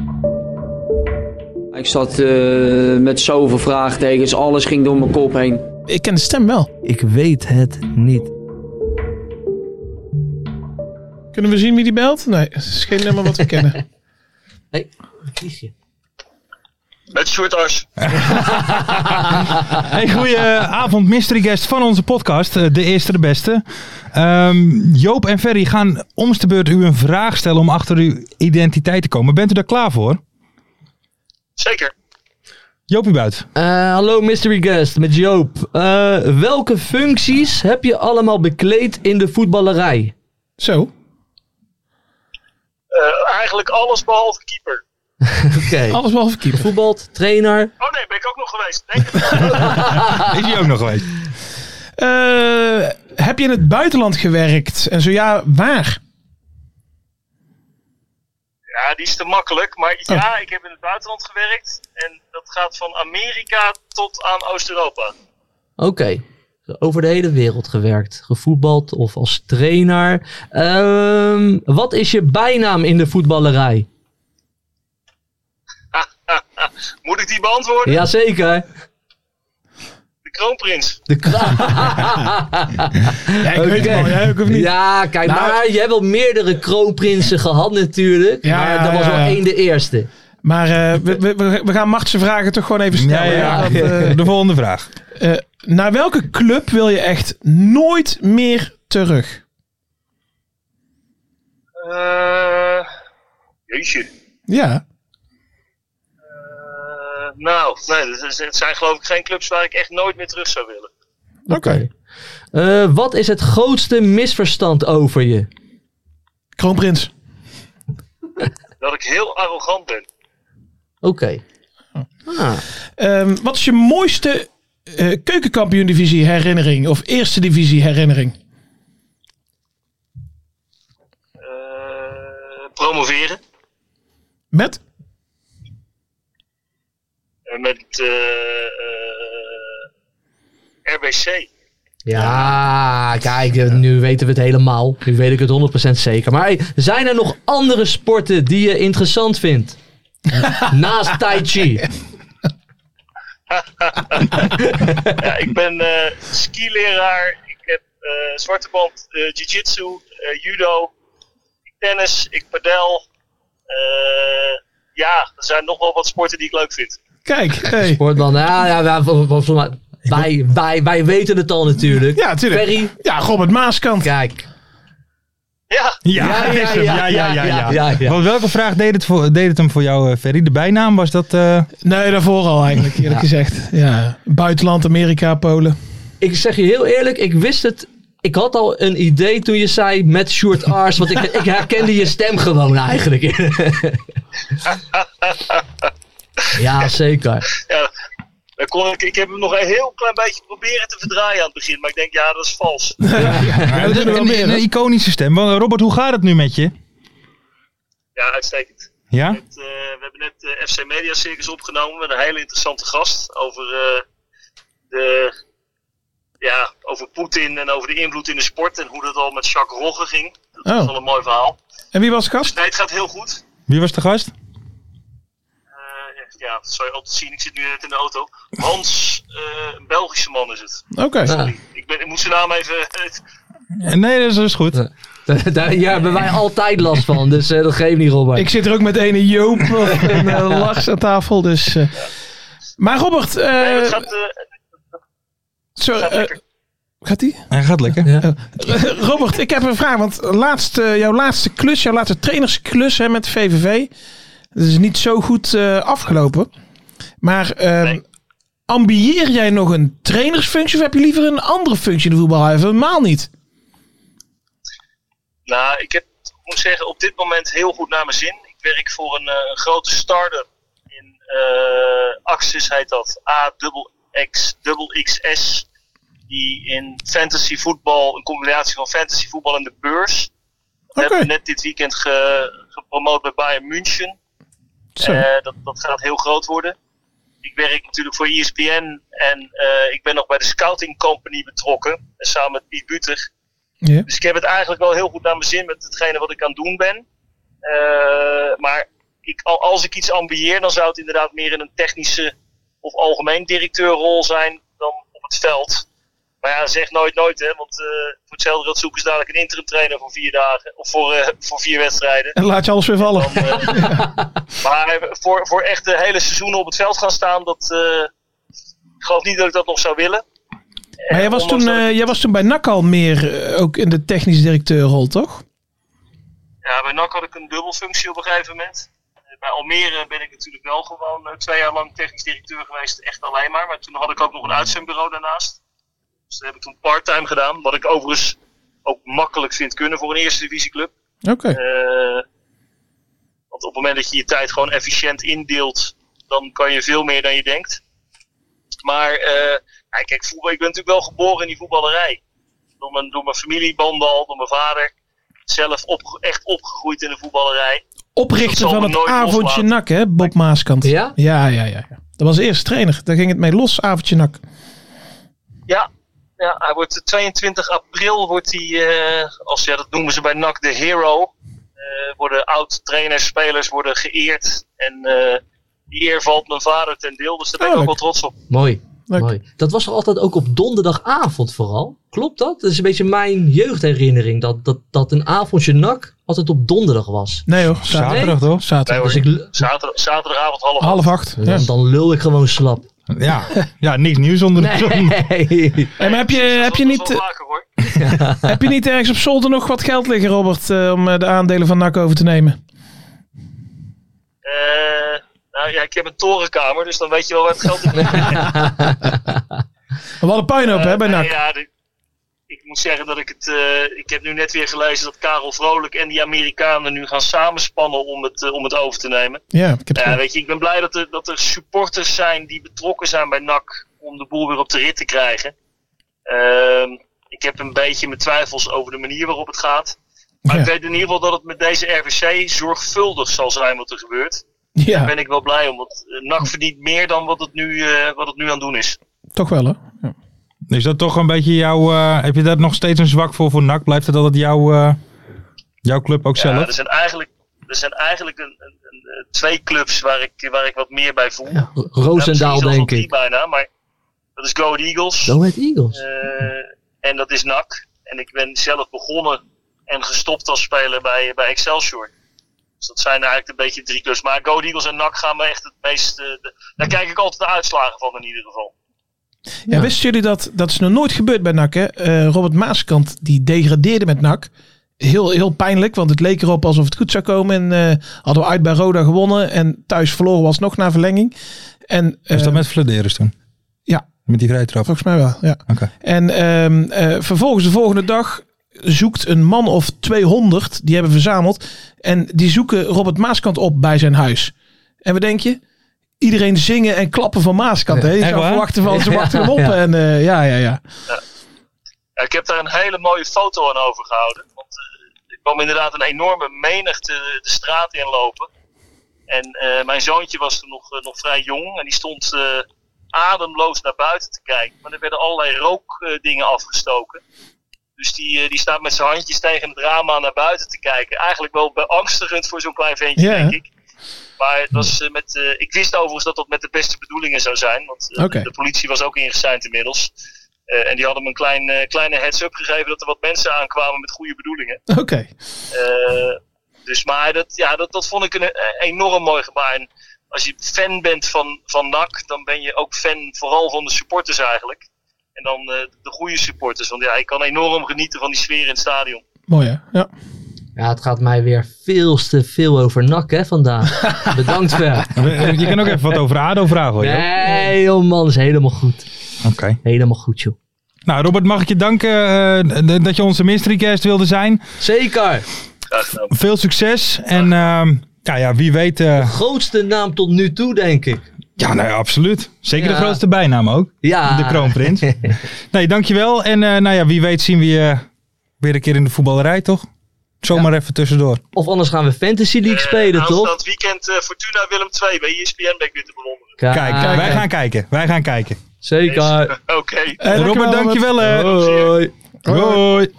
Ik zat met zoveel vraagtekens, alles ging door mijn kop heen. Ik ken de stem wel. Ik weet het niet. Kunnen we zien wie die belt? Nee, het is geen nummer wat we kennen. Hey, kies je. Met Sjoerd Ars. Hey, goedenavond, mystery guest van onze podcast. De eerste, de beste. Joop en Ferry gaan om de beurt u een vraag stellen om achter uw identiteit te komen. Bent u daar klaar voor? Zeker. Joopie Buit. Hallo mystery guest, met Joop. Welke functies heb je allemaal bekleed in de voetballerij? Zo. Eigenlijk alles behalve keeper. Okay. Alles behalve keeper. Voetbalt, trainer. Oh nee, ben ik ook nog geweest. Denk Is hij ook nog geweest? Heb je in het buitenland gewerkt? En zo ja, waar? Ja, die is te makkelijk. Maar ja, ik heb in het buitenland gewerkt. En dat gaat van Amerika tot aan Oost-Europa. Oké. Over de hele wereld gewerkt. Gevoetbald of als trainer. Wat is je bijnaam in de voetballerij? Moet ik die beantwoorden? Jazeker. De kroonprins. De Ja, ik weet het al. Jij ook of niet? Ja, kijk, Nou, maar je hebt wel meerdere kroonprinsen gehad natuurlijk. Ja, maar ja, dat was ja. wel één de eerste. Maar we gaan Martse vragen toch gewoon even stellen. De volgende vraag. Naar welke club wil je echt nooit meer terug? Jeetje. Ja. Nou, nee, het zijn geloof ik geen clubs waar ik echt nooit meer terug zou willen. Oké. Wat is het grootste misverstand over je? Kroonprins. Dat ik heel arrogant ben. Oké. Wat is je mooiste keukenkampioen-divisie herinnering? Of eerste divisie herinnering? Promoveren. Met? Met RBC. Ja, kijk, nu weten we het helemaal. Nu weet ik het 100% zeker. Maar hey, zijn er nog andere sporten die je interessant vindt? Naast Tai Chi. Ja, ik ben skileraar. Ik heb zwarte band jiu-jitsu, judo. Ik tennis, ik padel. Ja, er zijn nog wel wat sporten die ik leuk vind. Kijk, hey. Sportman, wij weten het al natuurlijk. Ja, natuurlijk. Ferry. Ja, Robert Maaskant. Kijk. Ja. Ja. Want welke vraag deed het hem voor jou, Ferry? De bijnaam, was dat... Nee, daarvoor al eigenlijk, eerlijk gezegd. Ja. Buitenland, Amerika, Polen. Ik zeg je heel eerlijk, ik wist het. Ik had al een idee toen je zei met Sjoerd Ars. Want ik herkende je stem gewoon eigenlijk. Ja, zeker. Ja, ik heb hem nog een heel klein beetje proberen te verdraaien aan het begin. Maar ik denk, ja, dat is vals. Een iconische stem. Want, Robert, hoe gaat het nu met je? Ja, uitstekend. Ja? We hebben net de FC Media Circus opgenomen met een hele interessante gast. Over Poetin en over de invloed in de sport. En hoe dat al met Jacques Rogge ging. Dat was wel een mooi verhaal. En wie was de gast? Nee, het gaat heel goed. Wie was de gast? Ja, dat zou je altijd zien. Ik zit nu net in de auto. Hans, een Belgische man is het. Oké. Sorry. Ik moet zijn naam even... Nee, dat is goed. Daar hebben wij altijd last van. Dus dat geeft niet, Robert. Ik zit er ook met ene Joop en Lars aan tafel. Dus, Maar Robert... het gaat... Gaat die? Hij gaat lekker. Ja. Robert, ik heb een vraag. Want jouw laatste trainersklus met VVV... Dat is niet zo goed afgelopen. Maar ambieer jij nog een trainersfunctie... of heb je liever een andere functie in de voetbal? Helemaal niet. Nou, ik moet zeggen, op dit moment heel goed naar mijn zin. Ik werk voor een grote start-up in Axis heet dat. AXXS. Die in fantasy voetbal, een combinatie van fantasy voetbal en de beurs. We hebben net dit weekend gepromoot bij Bayern München. Dat gaat heel groot worden. Ik werk natuurlijk voor ESPN en ik ben nog bij de Scouting Company betrokken. Samen met Piet Buter. Yeah. Dus ik heb het eigenlijk wel heel goed naar mijn zin met hetgene wat ik aan het doen ben. Maar als ik iets ambieer, dan zou het inderdaad meer in een technische of algemeen directeurrol zijn dan op het veld. Maar ja, zeg nooit nooit, hè. Want voor hetzelfde geld zoeken ze dadelijk een interim trainer voor 4 dagen. Of voor 4 wedstrijden. En laat je alles weer vallen. Maar voor echt de hele seizoenen op het veld gaan staan, ik geloof niet dat ik dat nog zou willen. Maar jij was toen bij NAC al meer ook in de technisch directeurrol, toch? Ja, bij NAC had ik een dubbelfunctie op een gegeven moment. Bij Almere ben ik natuurlijk wel gewoon 2 jaar lang technisch directeur geweest, echt alleen maar. Maar toen had ik ook nog een uitzendbureau daarnaast. Dus dat heb ik toen parttime gedaan. Wat ik overigens ook makkelijk vind kunnen voor een eerste divisieclub. Oké. Want op het moment dat je je tijd gewoon efficiënt indeelt, dan kan je veel meer dan je denkt. Maar kijk, voetbal, ik ben natuurlijk wel geboren in die voetballerij. Door mijn familiebanden al, door mijn vader. Zelf echt opgegroeid in de voetballerij. Oprichter van het avondje loslaten. NAC, hè, Bob Maaskant. Ja? Ja. Dat was de eerste trainer. Daar ging het mee los, avondje NAC. Ja, hij wordt 22 april wordt hij, dat noemen ze bij NAC de hero. Worden oud-trainers, spelers worden geëerd. En die eer valt mijn vader ten deel, dus daar ben ik ook wel trots op. Mooi. Leuk. Mooi. Dat was er altijd ook op donderdagavond vooral. Klopt dat? Dat is een beetje mijn jeugdherinnering. Dat een avondje NAC altijd op donderdag was. Nee hoor, Zaterdag toch? Zaterdag. Nee, Dus Zaterdagavond 7:30. 7:30. Ja. dan lul ik gewoon slap. Ja, niks nieuws onder de zon. Nee. Hey, maar heb je niet... Vaker, hoor. Heb je niet ergens op zolder nog wat geld liggen, Robert, om de aandelen van NAC over te nemen? Ik heb een torenkamer, dus dan weet je wel waar het geld in ligt. We hadden puinhoop hè, bij NAC. Ik moet zeggen dat ik heb nu net weer gelezen dat Karel Vrolijk en die Amerikanen nu gaan samenspannen om het over te nemen. Ja, ik heb het Weet je, ik ben blij dat er supporters zijn die betrokken zijn bij NAC om de boel weer op de rit te krijgen. Ik heb een beetje mijn twijfels over de manier waarop het gaat. Maar ik weet in ieder geval dat het met deze RVC zorgvuldig zal zijn wat er gebeurt. Daar ben ik wel blij om, want NAC verdient meer dan wat het nu aan het doen is. Toch wel, hè? Ja. Is dat toch een beetje jouw... heb je daar nog steeds een zwak voor NAC? Blijft het altijd jouw club ook zelf? Ja, er zijn eigenlijk twee clubs waar ik wat meer bij voel. Ja, Roosendaal denk ik. Bijna, maar dat is Go Ahead Eagles. Go Ahead Eagles. En dat is NAC. En ik ben zelf begonnen en gestopt als speler bij Excelsior. Dus dat zijn eigenlijk een beetje drie clubs. Maar Go Ahead Eagles en NAC gaan me echt het meest... daar kijk ik altijd de uitslagen van in ieder geval. Ja, wisten jullie dat is nog nooit gebeurd bij NAC, hè? Robert Maaskant, die degradeerde met NAC. Heel, heel pijnlijk, want het leek erop alsof het goed zou komen. En hadden we uit bij Roda gewonnen en thuis verloren was nog na verlenging. En, Was dat met Flederis toen? Ja. Met die vrije trap? Volgens mij wel, ja. Okay. En vervolgens de volgende dag zoekt een man of 200, die hebben verzameld. En die zoeken Robert Maaskant op bij zijn huis. En wat denk je? Iedereen zingen en klappen van Maaskant. Hè? Je zou verwachten van ze wachten hem op. Ja. En Ja, ik heb daar een hele mooie foto aan overgehouden. Want ik kwam inderdaad een enorme menigte de straat inlopen. En mijn zoontje was toen nog vrij jong. En die stond ademloos naar buiten te kijken. Maar er werden allerlei rookdingen afgestoken. Dus die staat met zijn handjes tegen het raam aan naar buiten te kijken. Eigenlijk wel beangstigend voor zo'n klein ventje, denk ik. Maar het was ik wist overigens dat dat met de beste bedoelingen zou zijn. Want de politie was ook ingeseind inmiddels. En die hadden me een kleine heads-up gegeven dat er wat mensen aankwamen met goede bedoelingen. Oké. Dus maar dat vond ik een enorm mooi gebaar. En als je fan bent van NAC, dan ben je ook fan vooral van de supporters eigenlijk. En dan de goede supporters. Want ik kan enorm genieten van die sfeer in het stadion. Mooi hè? Ja. Ja, het gaat mij weer veel te veel over NAC hè, vandaag. Bedankt Ver. Je kan ook even wat over ADO vragen hoor. Nee joh man, is helemaal goed. Oké. Helemaal goed joh. Nou Robert, mag ik je danken dat je onze mystery guest wilde zijn. Zeker. Veel succes en wie weet... De grootste naam tot nu toe denk ik. Ja, nou ja, absoluut. Zeker de grootste bijnaam ook. Ja. De kroonprins. Nee, dankjewel. En wie weet zien we je weer een keer in de voetballerij, toch? Zomaar even tussendoor. Of anders gaan we Fantasy League spelen, toch? Dat weekend Fortuna Willem II bij ESPN ben ik weer te bewonderen. Kijk, wij gaan kijken. Zeker. Oké. Robert, dankjewel. Hoi. Hoi.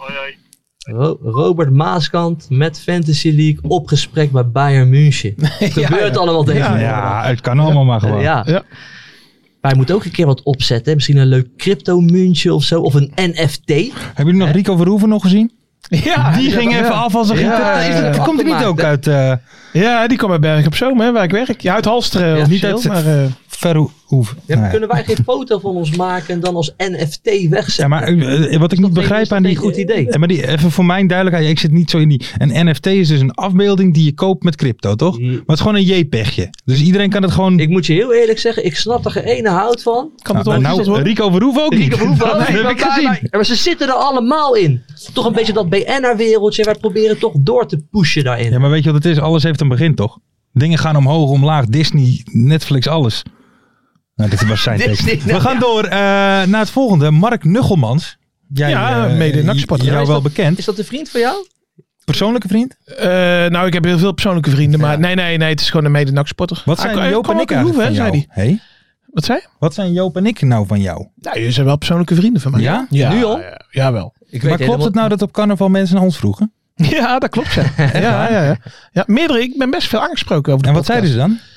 Robert Maaskant met Fantasy League op gesprek bij Bayern München. Het gebeurt allemaal tegenwoordig. Ja, het kan allemaal maar gewoon. Ja. Wij moeten ook een keer wat opzetten. Misschien een leuk crypto-muntje of zo. Of een NFT. Hebben jullie nog Rico Verhoeven nog gezien? Ja, die ging even af als een gieter. Komt er niet ook uit... Ja, die kwam uit Berg op Zoom, hè, waar ik werk. Ja, uit Halsteren. Of niet uit Verhoeven. Ja, kunnen wij geen foto van ons maken en dan als NFT wegzetten? Ja, maar wat ik niet begrijp aan die... Een goed idee. Maar even voor mijn duidelijkheid. Ik zit niet zo in die... Een NFT is dus een afbeelding die je koopt met crypto, toch? Maar het is gewoon een JPEGje. Dus iedereen kan het gewoon... Ik moet je heel eerlijk zeggen, ik snap er geen ene hout van. Kan het worden? Rico Verhoeven ook niet. Rico Verhoeven ook niet. Dat heb ik gezien. Maar ze zitten er allemaal in. Toch een beetje dat BN'er-wereldje. Wij proberen toch door te pushen daarin. Ja, maar weet je wat het is? Alles heeft een begin, toch? Dingen gaan omhoog, omlaag. Disney, Netflix, alles. Nou, dit was zijn Dit is tekst. niet- We gaan door naar het volgende. Mark Nuggelmans. Jij, mede NAC-sporter. jou Is wel dat- bekend. Is dat een vriend van jou? Persoonlijke vriend? Nou, ik heb heel veel persoonlijke vrienden. Maar nee, het is gewoon een mede-NAC-sporter. Wat zijn Hij Joop kwam en ook ik in Hoeve, eigenlijk van zei jou? hij. Hey? Wat zei je? Wat zijn Joop en ik nou van jou? Nou, jullie zijn wel persoonlijke vrienden van mij. Ja? Nu al? Jawel. Ik Maar klopt het nou dat op carnaval mensen naar ons vroegen? Ja, dat klopt. Ja, meerdere. Ik ben best veel aangesproken over de En wat podcast. zeiden ze dan?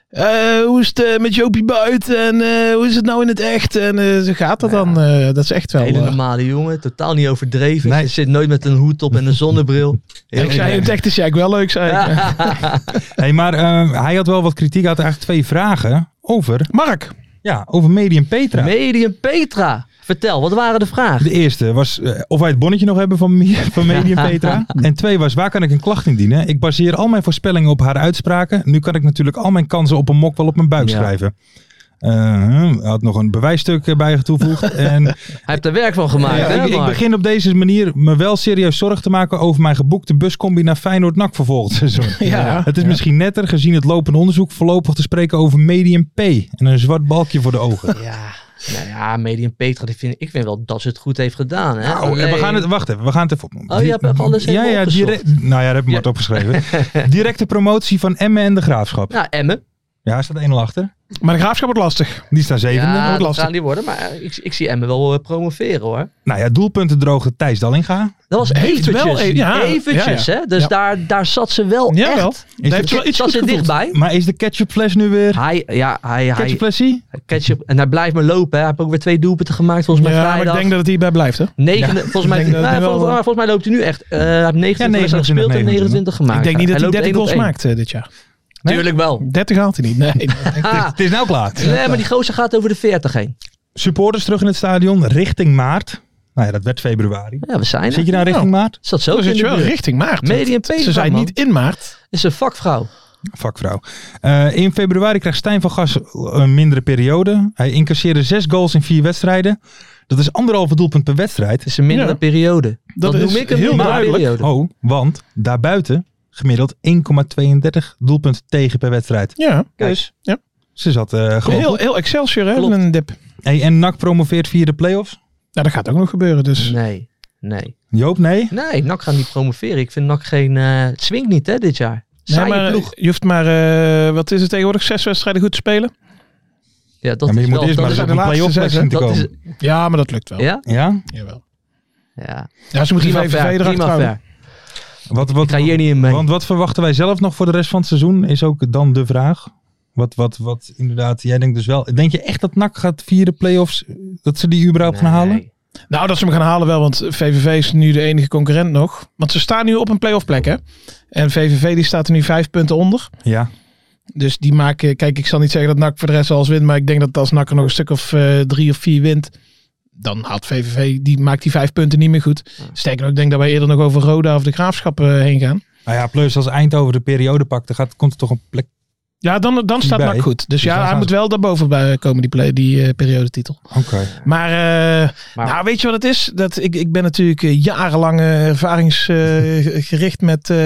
Hoe is het met Jopie buiten? En hoe is het nou in het echt? En zo gaat dat dan. Dat is echt wel... Hele normale jongen, totaal niet overdreven. Nee. Hij zit nooit met een hoed op en een zonnebril. ik zei in het echt is jij wel leuk, zei ik. Hey, maar hij had wel wat kritiek. Hij had eigenlijk 2 vragen over Medium Petra. Medium Petra. Vertel, wat waren de vragen? De eerste was of wij het bonnetje nog hebben van Medium Petra. En 2 was, waar kan ik een klacht indienen? Ik baseer al mijn voorspellingen op haar uitspraken. Nu kan ik natuurlijk al mijn kansen op een mok wel op mijn buik schrijven. Hij had nog een bewijsstuk bij toegevoegd. En Hij heeft er werk van gemaakt, hè, ik Mark? begin op deze manier me wel serieus zorgen te maken over mijn geboekte buscombi naar Feyenoord-NAC voor volgend seizoen. Het is misschien netter gezien het lopende onderzoek voorlopig te spreken over Medium P. En een zwart balkje voor de ogen. Medium Petra, ik vind wel dat ze het goed heeft gedaan. Hè? Nou, we gaan het even opnoemen. Oh, je hebt alles helemaal opgezocht. Nou ja, dat heb ik maar opgeschreven. Directe promotie van Emmen en de Graafschap. Ja, Emmen. Ja, er staat 1-0 achter. Maar de Graafschap wordt lastig. Die staat 7e. Ja, Wordt dat lastig. gaan die worden. Maar ik zie Emmen wel promoveren, hoor. Nou ja, doelpunten drogen Thijs Dallinga. Dat was Heeft wel eventjes, hè. Dus daar zat ze wel echt. Jawel. Daar heeft ze wel iets Zat goed ze gevoeld. dichtbij. Maar is de ketchupfles nu weer... Ketchupflesie? Ketchup. En hij blijft maar lopen, hè. Hij heeft ook weer 2 doelpunten gemaakt, volgens mij Ja, maar vrijdag. ik denk dat het hierbij blijft, hè? Volgens mij, ik denk dat het nu wel- volgens mij loopt hij nu echt. Hij heeft 29 29 gespeeld en 29 gemaakt. Ik denk niet dat hij loopt 30 één op goals één. maakt dit jaar. Nee? Tuurlijk wel. 30 haalt hij niet. Nee. Het is nou klaar. Nee, maar die gozer gaat over de 40 heen. Supporters terug in het stadion richting maart. Nou ja, dat werd februari. Ja, we zijn er. Zit je nou richting maart? Zat zo Dan in zit je de wel buurt. richting maart. Medium Petra, Ze zijn man. niet in maart. Is een vakvrouw. Vakvrouw. In februari krijgt Stijn van Gas een mindere periode. Hij incasseerde 6 goals in 4 wedstrijden. Dat is 1,5 doelpunt per wedstrijd. Het is een mindere Ja. periode. Dat noem is ik een heel mindere duidelijk. periode. Oh, want daarbuiten gemiddeld 1,32 doelpunten tegen per wedstrijd. Ja. Dus Ja. ze zat gewoon goed. Heel Excelsior, hè? Klopt. Een dip. Hey, en NAC promoveert via de play-offs. Nou, dat gaat ook nog gebeuren. Dus. Nee. Joop, nee? Nee, NAC gaat niet promoveren. Ik vind NAC geen... het swingt niet, hè, dit jaar. Nee, Saaie maar ploeg. je hoeft maar, wat is het tegenwoordig, 6 wedstrijden goed te spelen? Ja, dat Ja, maar je is moet wel... eerst dat maar is eens op de een laatste play-off plek 6, zien te dat komen. is- Ja, maar dat lukt wel. Ja? Ja? Jawel. Ja. Ja, ze moeten Prima VVV ver. erachter Prima houden. ver. Wat, Ik ga hier niet in mee. want wat verwachten wij zelf nog voor de rest van het seizoen? Is ook dan de vraag. Wat inderdaad, jij denkt dus wel. Denk je echt dat NAC gaat via de play-offs, dat ze die überhaupt gaan halen? Nee. Nou, dat ze hem gaan halen wel, want VVV is nu de enige concurrent nog. Want ze staan nu op een play-off plek, hè. En VVV die staat er nu 5 punten onder. Ja. Dus die maken, kijk, ik zal niet zeggen dat NAC voor de rest alles wint, maar ik denk dat als NAC er nog een stuk of 3 of 4 wint, dan haalt VVV, die maakt die 5 punten niet meer goed. Sterker nog, ik denk dat wij eerder nog over Roda of de Graafschap heen gaan. Nou ja, plus als Eindhoven de periode pakt, dan komt er toch een plek. Ja, dan staat bij. NAC goed. Dus dan ja, hij gaan moet ze- wel daarboven bij komen, die periodetitel. Oké. Maar, nou, weet je wat het is? Ik ben natuurlijk jarenlang ervaringsgericht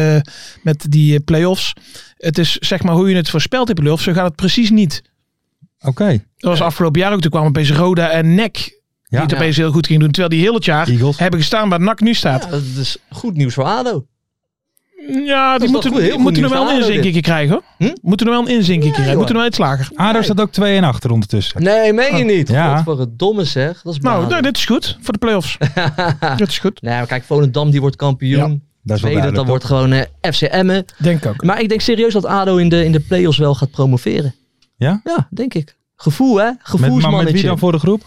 met die play-offs. Het is zeg maar hoe je het voorspelt in play-offs. Zo gaat het precies niet. Oké. Dat was afgelopen jaar ook. Toen kwamen opeens Roda en NEC die Ja. het opeens heel goed gingen doen. Terwijl die heel het jaar Eagles. hebben gestaan waar NAC nu staat. Ja, dat is goed nieuws voor ADO. Ja, die is moeten, toch goed, heel moeten goed er wel nieuws een voor ADO inzinkingje krijgen, hoor. Hm? Moeten er wel een inzinkingje krijgen. joh. Moeten er wel iets lager. ADO staat ook 2 en achter ondertussen. Nee, meen je niet? Ja. Voor het domme zeg. Dat is Nou, balen. nee, dit is goed voor de play-offs. Dit is goed. Nee, maar kijk, Volendam die wordt kampioen. Dat is wel Tweede, duidelijk. dan wordt gewoon FC Emmen. Denk ook. Maar ik denk serieus dat ADO in de play-offs wel gaat promoveren. Ja? Ja, denk ik. Gevoel, hè? Maar met Gevoelsmannetje. wie dan voor de groep?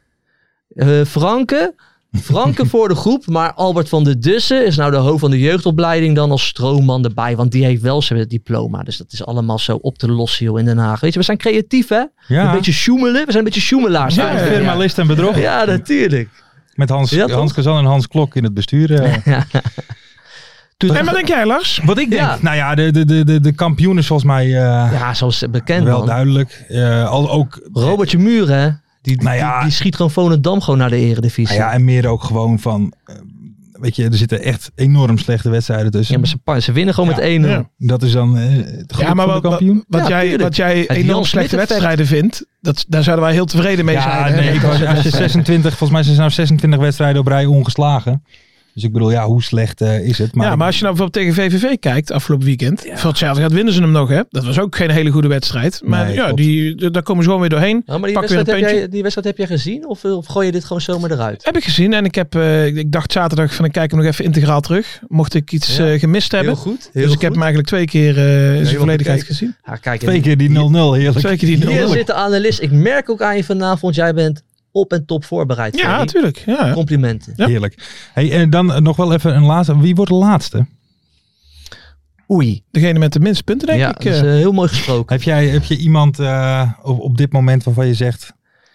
Franke voor de groep. Maar Albert van der Dussen is nou de hoofd van de jeugdopleiding dan als stroomman erbij. Want die heeft wel zijn diploma. Dus dat is allemaal zo op te lossen joh, in Den Haag. Weet je, we zijn creatief hè? Ja. Een beetje sjoemelen. We zijn een beetje sjoemelaars. Ja, eigenlijk. Firma List en Bedrog. Ja, natuurlijk. Met Hans Ja, toch? Kazan en Hans Klok in het bestuur. En wat denk jij, Lars? Wat ik denk, Ja. nou ja, de kampioen is volgens mij Ja, zoals bekend wel man. duidelijk. Al ook, Robertje Muur hè? Die Nou ja. schiet gewoon Volendam gewoon naar de eredivisie. nou ja, en meer ook gewoon van, weet je, er zitten echt enorm slechte wedstrijden tussen. Ja, maar ze winnen gewoon met 1-0. Ja. Dat is dan het geluk Ja, maar van de kampioen. wat jij Het enorm Jan slechte Smit-effect. wedstrijden vindt, daar zouden wij heel tevreden mee zijn. hè? Als je 26, volgens mij zijn ze nou 26 wedstrijden op rij ongeslagen. Dus ik bedoel, hoe slecht is het? Maar als je nou bijvoorbeeld tegen VVV kijkt afgelopen weekend. Voor hetzelfde gaat winnen ze hem nog. Hè? Dat was ook geen hele goede wedstrijd. Maar Nee, daar komen ze gewoon weer doorheen. Ja, maar Pak weer een puntje. die wedstrijd heb jij gezien? Of gooi je dit gewoon zomaar eruit? Heb ik gezien. En ik dacht zaterdag van ik kijk hem nog even integraal terug. Mocht ik iets gemist hebben. Heel goed. Dus ik heb hem eigenlijk 2 keer in zijn volledigheid gezien. Ja, kijk, 2 keer die 0-0, heerlijk. 2 keer die 0-0. Hier zit de analist. Ik merk ook aan je vanavond. Jij bent op en top voorbereid. Ja, Ferdy. natuurlijk. Ja. Complimenten. Ja. Heerlijk. Hey, en dan nog wel even een laatste. Wie wordt de laatste? Oei. Degene met de minste punten, denk Ja, ik. dat is heel mooi gesproken. Heb je iemand op dit moment waarvan je zegt...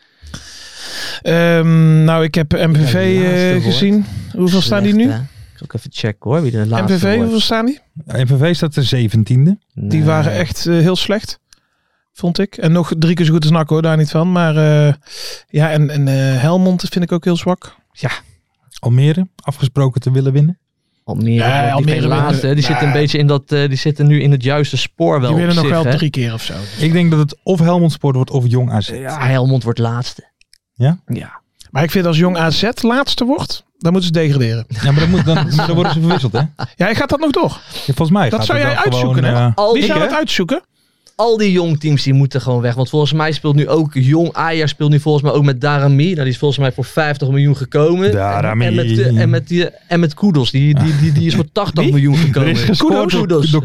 Nou, ik heb MVV laatste gezien. Hoeveel staan die nu? Slecht, hè? Ik ga ook even checken hoor. Wie de laatste MVV, wordt. hoeveel staan die? MVV staat de 17e. Die waren echt heel slecht. Vond ik. En nog 3 keer zo goed als NAC hoor, daar niet van. Maar en Helmond vind ik ook heel zwak. Almere, afgesproken te willen winnen. Almere, Ja, die Almere laatste. winnen. Die zit een beetje in dat. Die zitten nu in het juiste spoor wel. Die winnen op nog zich, wel hè? 3 keer of zo. Ik denk dat het of Helmond Sport wordt of Jong AZ. Ja, Helmond wordt laatste. Ja? Ja. Maar ik vind als Jong AZ laatste wordt, dan moeten ze degraderen. Ja, maar dan worden ze verwisseld, hè? Ja, gaat dat nog door? Ja, volgens mij Dat gaat zou het jij dan uitzoeken, gewoon, hè? Al Wie die, zou dat uitzoeken? al die jongteams die moeten gewoon weg. Want volgens mij speelt nu ook Jong Ajax speelt nu volgens mij ook met Darami. Nou, die is volgens mij voor 50 miljoen gekomen. Darami. En met Kudus. Die is voor 80 miljoen Er gekomen. is gescoord door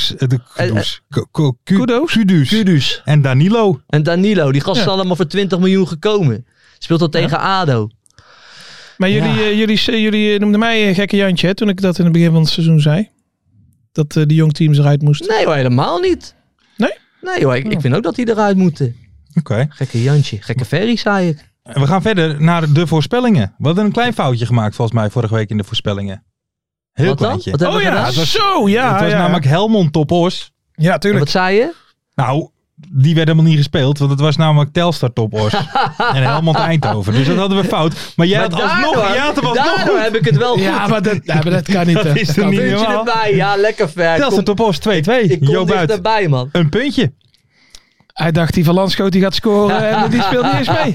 Kudus en Danilo. En Danilo. Die gasten zijn allemaal voor 20 miljoen gekomen. Speelt dat tegen ADO. Maar jullie noemden mij gekke Jantje, hè, toen ik dat in het begin van het seizoen zei. Dat die jongteams eruit moesten. Nee hoor, helemaal niet. Nee? Nee hoor, ik vind ook dat die eruit moeten. Oké. Gekke Jantje. Gekke Ferry, zei ik. En we gaan verder naar de voorspellingen. We hadden een klein foutje gemaakt volgens mij vorige week in de voorspellingen. Heel Wat dan? kleintje. Wat hebben we gedaan? het was- zo, ja. Het was namelijk Helmond Top Os. Ja, En tuurlijk. wat zei je? Nou, die werd helemaal niet gespeeld, want het was namelijk Telstar Top Os. en Helmond Eindhoven. Dus dat hadden we fout. Maar jij had alsnog, jij had hem alsnog daardoor goed. heb ik het wel goed. Ja, maar dat kan niet. Dat is toch niet Puntje normaal? erbij. Ja, lekker ver. Telstar Top Os 2-2. Ik kom Joop uit. dichterbij, man. Een puntje. Hij dacht die van Landschoot die gaat scoren en die speelt niet eens mee.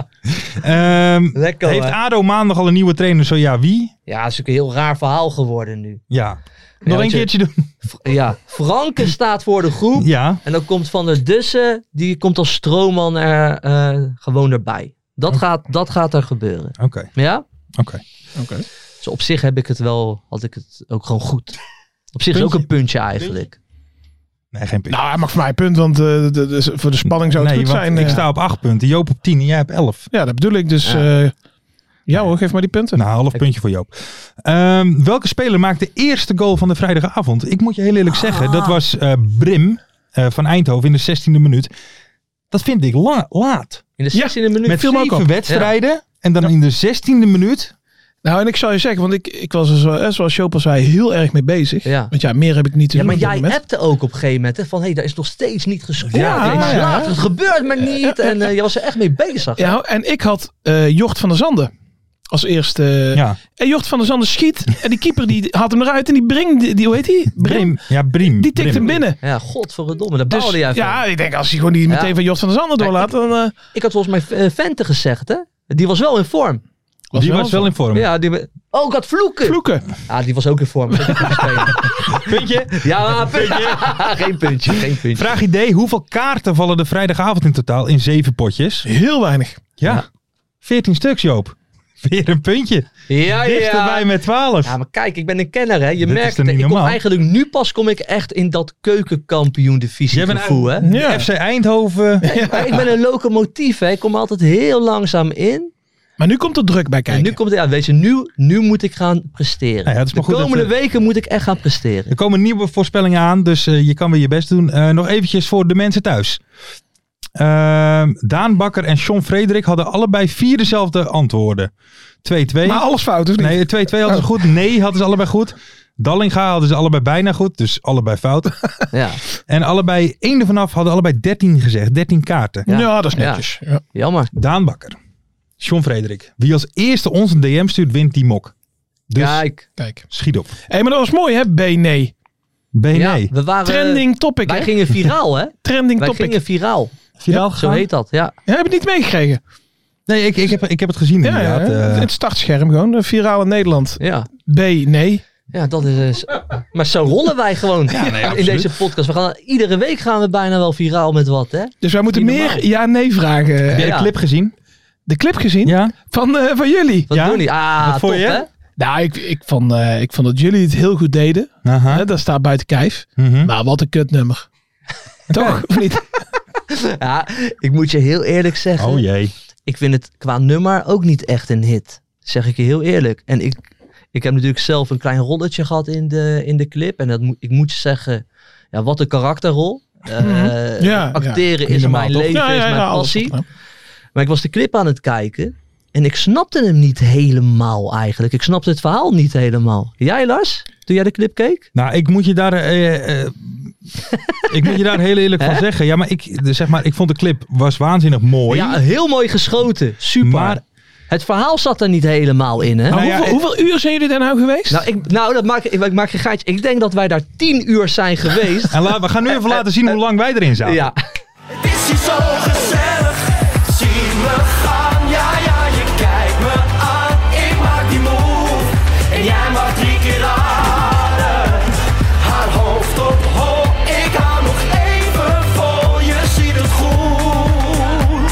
Lekker Heeft hoor. ADO maandag al een nieuwe trainer? Zo ja, wie? Ja, het is ook een heel raar verhaal geworden nu. Ja. Nog weet een je- keertje doen. Ja, Franke staat voor de groep. Ja. En dan komt Van der Dussen, die komt als stroomman er gewoon erbij. Dat gaat er gebeuren. Oké. Ja? Oké. Dus op zich had ik het ook gewoon goed. Op zich is ook een puntje eigenlijk. Nee, geen puntje. Nou, hij mag voor mij een punt, want voor de spanning zou het Nee, goed want zijn. ik sta op 8 punten. Joop op 10 en jij hebt 11. Ja, dat bedoel ik. Dus ja hoor, geef maar die punten. Nou, half puntje voor Joop. Welke speler maakt de eerste goal van de vrijdagavond? Ik moet je heel eerlijk zeggen, dat was Brim van Eindhoven in de 16e minuut. Dat vind ik laat. In de 16e minuut. Met viel me ook 7 op. wedstrijden en dan in de 16e minuut. Nou, en ik zou je zeggen, want ik was er zoals Joop al zei, heel erg mee bezig. Ja. Want ja, meer heb ik niet te Ja, doen maar op dit jij moment. appte ook op een gegeven moment hè, van daar is nog steeds niet gescoord. Ja, Het is ja, ja. laat, het gebeurt maar niet. En je was er echt mee bezig. hè? Ja, en ik had Jort van der Zanden als eerste. Ja. En Jort van der Zanden schiet. En die keeper die haalt hem eruit. En die brengt, die hoe heet die? Brim. Ja, Brim. Die tikt Brim. hem binnen. Ja, godverdomme, daar Dus, baalde jij van. ja, ik denk als hij gewoon die meteen van Jort van der Zanden doorlaat, dan Ik had volgens mij Vente gezegd, hè? Die was wel in vorm. Die was wel in vorm. Ja, oh, ik had vloeken. vloeken. Ja, die was ook in vorm. Dat is ook een goede speler. Puntje. Ja, puntje. Geen puntje, geen puntje. Vraag idee, hoeveel kaarten vallen de vrijdagavond in totaal in 7 potjes? Heel weinig. Ja. 14 stuks, Joop. Weer een puntje. Ja, Dichterbij met 12. Ja, maar kijk, ik ben een kenner, hè. Je Dit is merkt toch het. niet Ik kom normaal? eigenlijk nu kom ik echt in dat keukenkampioen-divisie Jij bent gevoel, hè. Ja. FC Eindhoven. Maar ik ben een locomotief, hè. Ik kom altijd heel langzaam in. Maar nu komt er druk bij En kijken. nu komt het, weet je, nu moet ik gaan presteren. Nou ja, het is maar de goed komende dat weken moet ik echt gaan presteren. Er komen nieuwe voorspellingen aan, dus je kan weer je best doen. Nog eventjes voor de mensen thuis. Daan Bakker en John Frederik hadden allebei 4 dezelfde antwoorden. 2-2. Maar alles fout, of niet? Nee, 2-2 hadden ze goed. Nee, hadden ze allebei goed. Dallinga hadden ze allebei bijna goed, dus allebei fout. Ja, En allebei, één ervan af, hadden allebei 13 gezegd. 13 kaarten. Ja, dat is netjes. Ja. jammer. Daan Bakker, John Frederik. Wie als eerste ons een DM stuurt, wint die mok. Dus Kijk. schiet op. Maar dat was mooi, hè? B-nee. Ja, we waren... Trending topic, Wij hè? gingen viraal, hè? Trending Wij topic. gingen viraal. Viraal Zo gegaan? heet dat, ja. Ja, heb je het niet meegekregen? Nee, ik heb het gezien inderdaad. Het startscherm gewoon. Viraal in Nederland. Ja. B-nee. Ja, dat is... Maar zo rollen wij gewoon in deze podcast. Iedere week gaan we bijna wel viraal met wat, hè? Dus wij moeten Niet meer normaal. ja-nee vragen. Heb je de clip gezien? De clip gezien? Ja. Van jullie? Wat Ja? doen die? Ah, Wat vond top, je? hè? Nou, ik vond dat jullie het heel goed deden. Aha. Hè, dat staat buiten kijf. Mhm. Maar wat een kutnummer. Toch? Of niet? Ja, ik moet je heel eerlijk zeggen. Oh jee. Ik vind het qua nummer ook niet echt een hit. Zeg ik je heel eerlijk. En ik heb natuurlijk zelf een klein rolletje gehad in de clip. En ik moet je zeggen, ja, wat een karakterrol. Acteren is Normaal, mijn toch? leven, is mijn alles passie. goed, Maar ik was de clip aan het kijken. En ik snapte hem niet helemaal eigenlijk. Ik snapte het verhaal niet helemaal. Jij, Lars? Toen jij de clip keek? Nou, ik moet je daar heel eerlijk van zeggen. Ja, maar ik vond de clip was waanzinnig mooi. Ja, heel mooi geschoten. Super. Maar- Het verhaal zat er niet helemaal in, hè? Maar Nou ja, hoeveel uur zijn jullie daar nou geweest? Ik maak geen gaatje. Ik denk dat wij daar 10 uur zijn geweest. En we gaan nu even laten zien hoe lang wij erin zaten. Ja. Het is hier zo gezellig, zie me gaan, ja, je kijkt me aan. Ik maak die move, en jij mag 3 keer raden. Haar hoofd op hoog, ik hou nog even vol, je ziet het goed.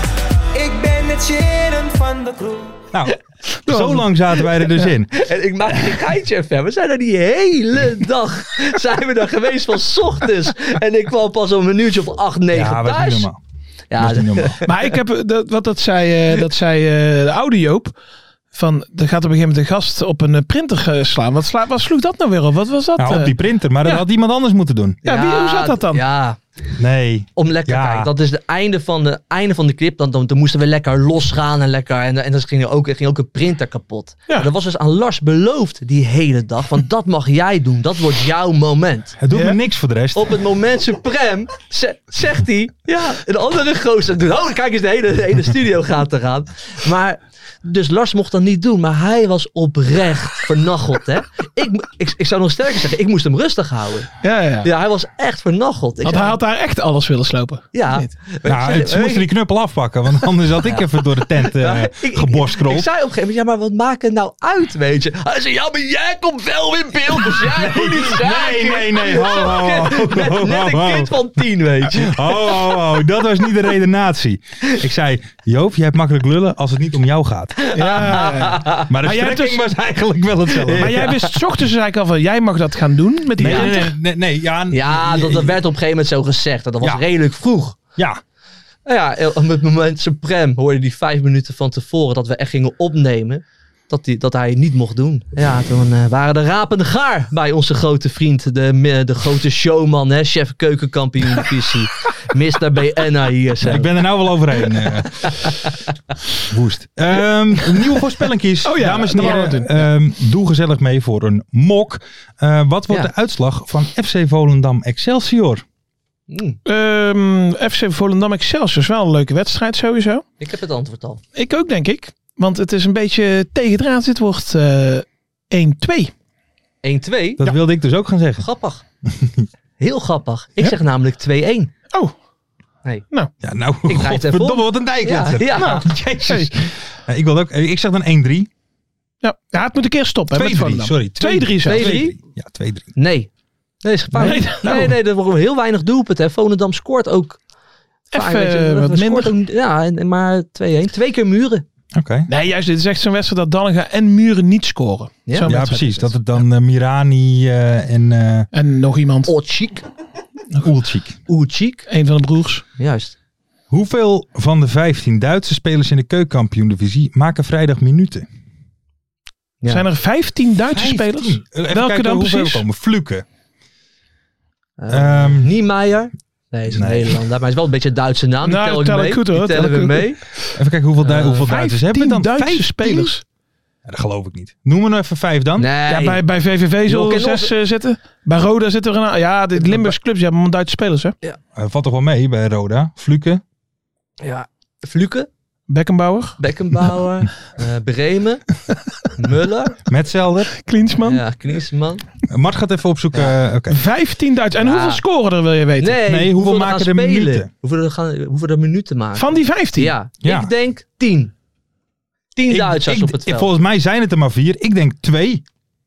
Ik ben het Sharon van de crew. Nou, zo lang zaten wij er dus in. En ik maak geen geitje even. We zijn er die hele dag zijn we er geweest van 's ochtends. En ik kwam pas om een uurtje of 8, 9 Ja, was niet thuis. normaal. Ja, Was niet normaal. Maar ik heb, dat zei de oude Joop. Van, er gaat op een gegeven moment een gast op een printer slaan. Wat sloeg dat nou weer op? Wat was dat? Nou, op die printer, maar dat ja. had iemand anders moeten doen. Hoe zat dat dan? Ja, Nee. om lekker Ja. kijken. Dat is het einde van de clip. Dan moesten we lekker losgaan en lekker. En dan ging ook een printer kapot. Ja. Maar dat was dus aan Lars beloofd die hele dag. Want dat mag jij doen. Dat wordt jouw moment. Het doet Ja. me niks voor de rest. Op het moment suprem zegt hij, ja, een andere gozer doet. Oh, kijk eens, de hele studio gaat eraan. Maar, dus Lars mocht dat niet doen, maar hij was oprecht vernacheld, hè. Ik zou nog sterker zeggen, ik moest hem rustig houden. Ja. Ja, hij was echt vernacheld. Want hij had daar echt alles willen slopen. Ja. Niet. Nou, ze moesten die knuppel afpakken, want anders had ik even door de tent Ik geborstcrold. zei op een gegeven moment, ja, maar wat maakt het nou uit, weet je? Hij zei, ja, maar jij komt wel in beeld, dus jij moet niet zeggen. Nee. Ho. Net een kind van 10, weet je. Oh, dat was niet de redenatie. Ik zei, Joop, jij hebt makkelijk lullen als het niet om jou gaat. Ja. Maar de jij hebt strekking was eigenlijk wel hetzelfde. Maar jij wist 's ochtends eigenlijk al van, jij mag dat gaan doen met die printer. Nee. Ja, dat werd op een gegeven moment zo gezegd. Dat was Ja. redelijk vroeg. Ja, Nou ja, op het moment suprem hoorde die 5 minuten van tevoren dat we echt gingen opnemen. Dat hij het niet mocht doen. Ja, toen waren de rapen gaar bij onze grote vriend. De grote showman, hè, chef keukenkampioen divisie. Mr. BNA hier zo. ik ben er nou wel overheen. Woest. Een nieuwe voorspellingkies. Oh ja, dames en dat gaan we heren. Doe gezellig mee voor een mok. Wat wordt de uitslag van FC Volendam Excelsior? FC Volendam Excelsior is wel een leuke wedstrijd sowieso. Ik heb het antwoord al. Ik ook, denk ik. Want het is een beetje tegendraad. Dit wordt 1-2. 1-2. Dat wilde ik dus ook gaan zeggen. Grappig. Heel grappig. Ik zeg namelijk 2-1. Oh. Nee. Nou. Ja, nou, Ik draai het even om. godverdomme, wat een dijkletser. Ja. Nou, jezus. Ik wil ook. Ik zeg dan 1-3. Ja, het moet een keer stoppen. hè, met 2-3, Volendam. sorry. 2-3 zelfs. 2-3? Ja, 2-3. Nee. Nee, is fout. Nee, er worden heel weinig doelpunten. Volendam scoort ook. Even Weet je, wat scoort minder. ook- ja, maar 2-1. 2 keer muren. Oké. Nee, juist. Dit is echt zo'n wedstrijd dat Dallinga en Muren niet scoren. Ja. Zo'n Ja, wedstrijd precies. is Dat het. het dan Mirani en En nog iemand. Oetschik. Ulcik. Een van de broers. Juist. Hoeveel van de 15 Duitse spelers in de keukenkampioen-divisie maken vrijdag minuten? Ja. Zijn er 15 Duitse 15. spelers? Even Welke kijken dan hoeveel precies? er komen. Fluke. Niemeyer. Nee, is een Nee. Nederlander. Maar hij is wel een beetje een Duitse naam. Die Nou, tel ik tel ik mee. goed, hoor. Die Tel tellen ik we goed. mee. Even kijken hoeveel Duitsers hebben we dan? 15 15? Duitse spelers. Ja, dat geloof ik niet. Noem er nou even 5 dan. Nee. Ja, bij VVV zullen Joh, er ken 6 zitten. Bij Roda zitten er een... Ja, de Limburgse clubs die hebben allemaal Duitse spelers, hè? Valt toch wel mee bij Roda. Fluke. Ja. Fluke. Beckenbauer. Bremen, Muller. Metzelder. Klinsman. Ja, Klinsman. Mart gaat even opzoeken. Oké. 15.000. En hoeveel scoren er wil je weten? Nee, hoeveel er maken gaan er spelen? minuten? Hoeveel er minuten maken? Van die 15? Ja, Ja. ik denk 10. 10 Duitsers op het veld. Volgens mij zijn het er maar 4. Ik denk 2.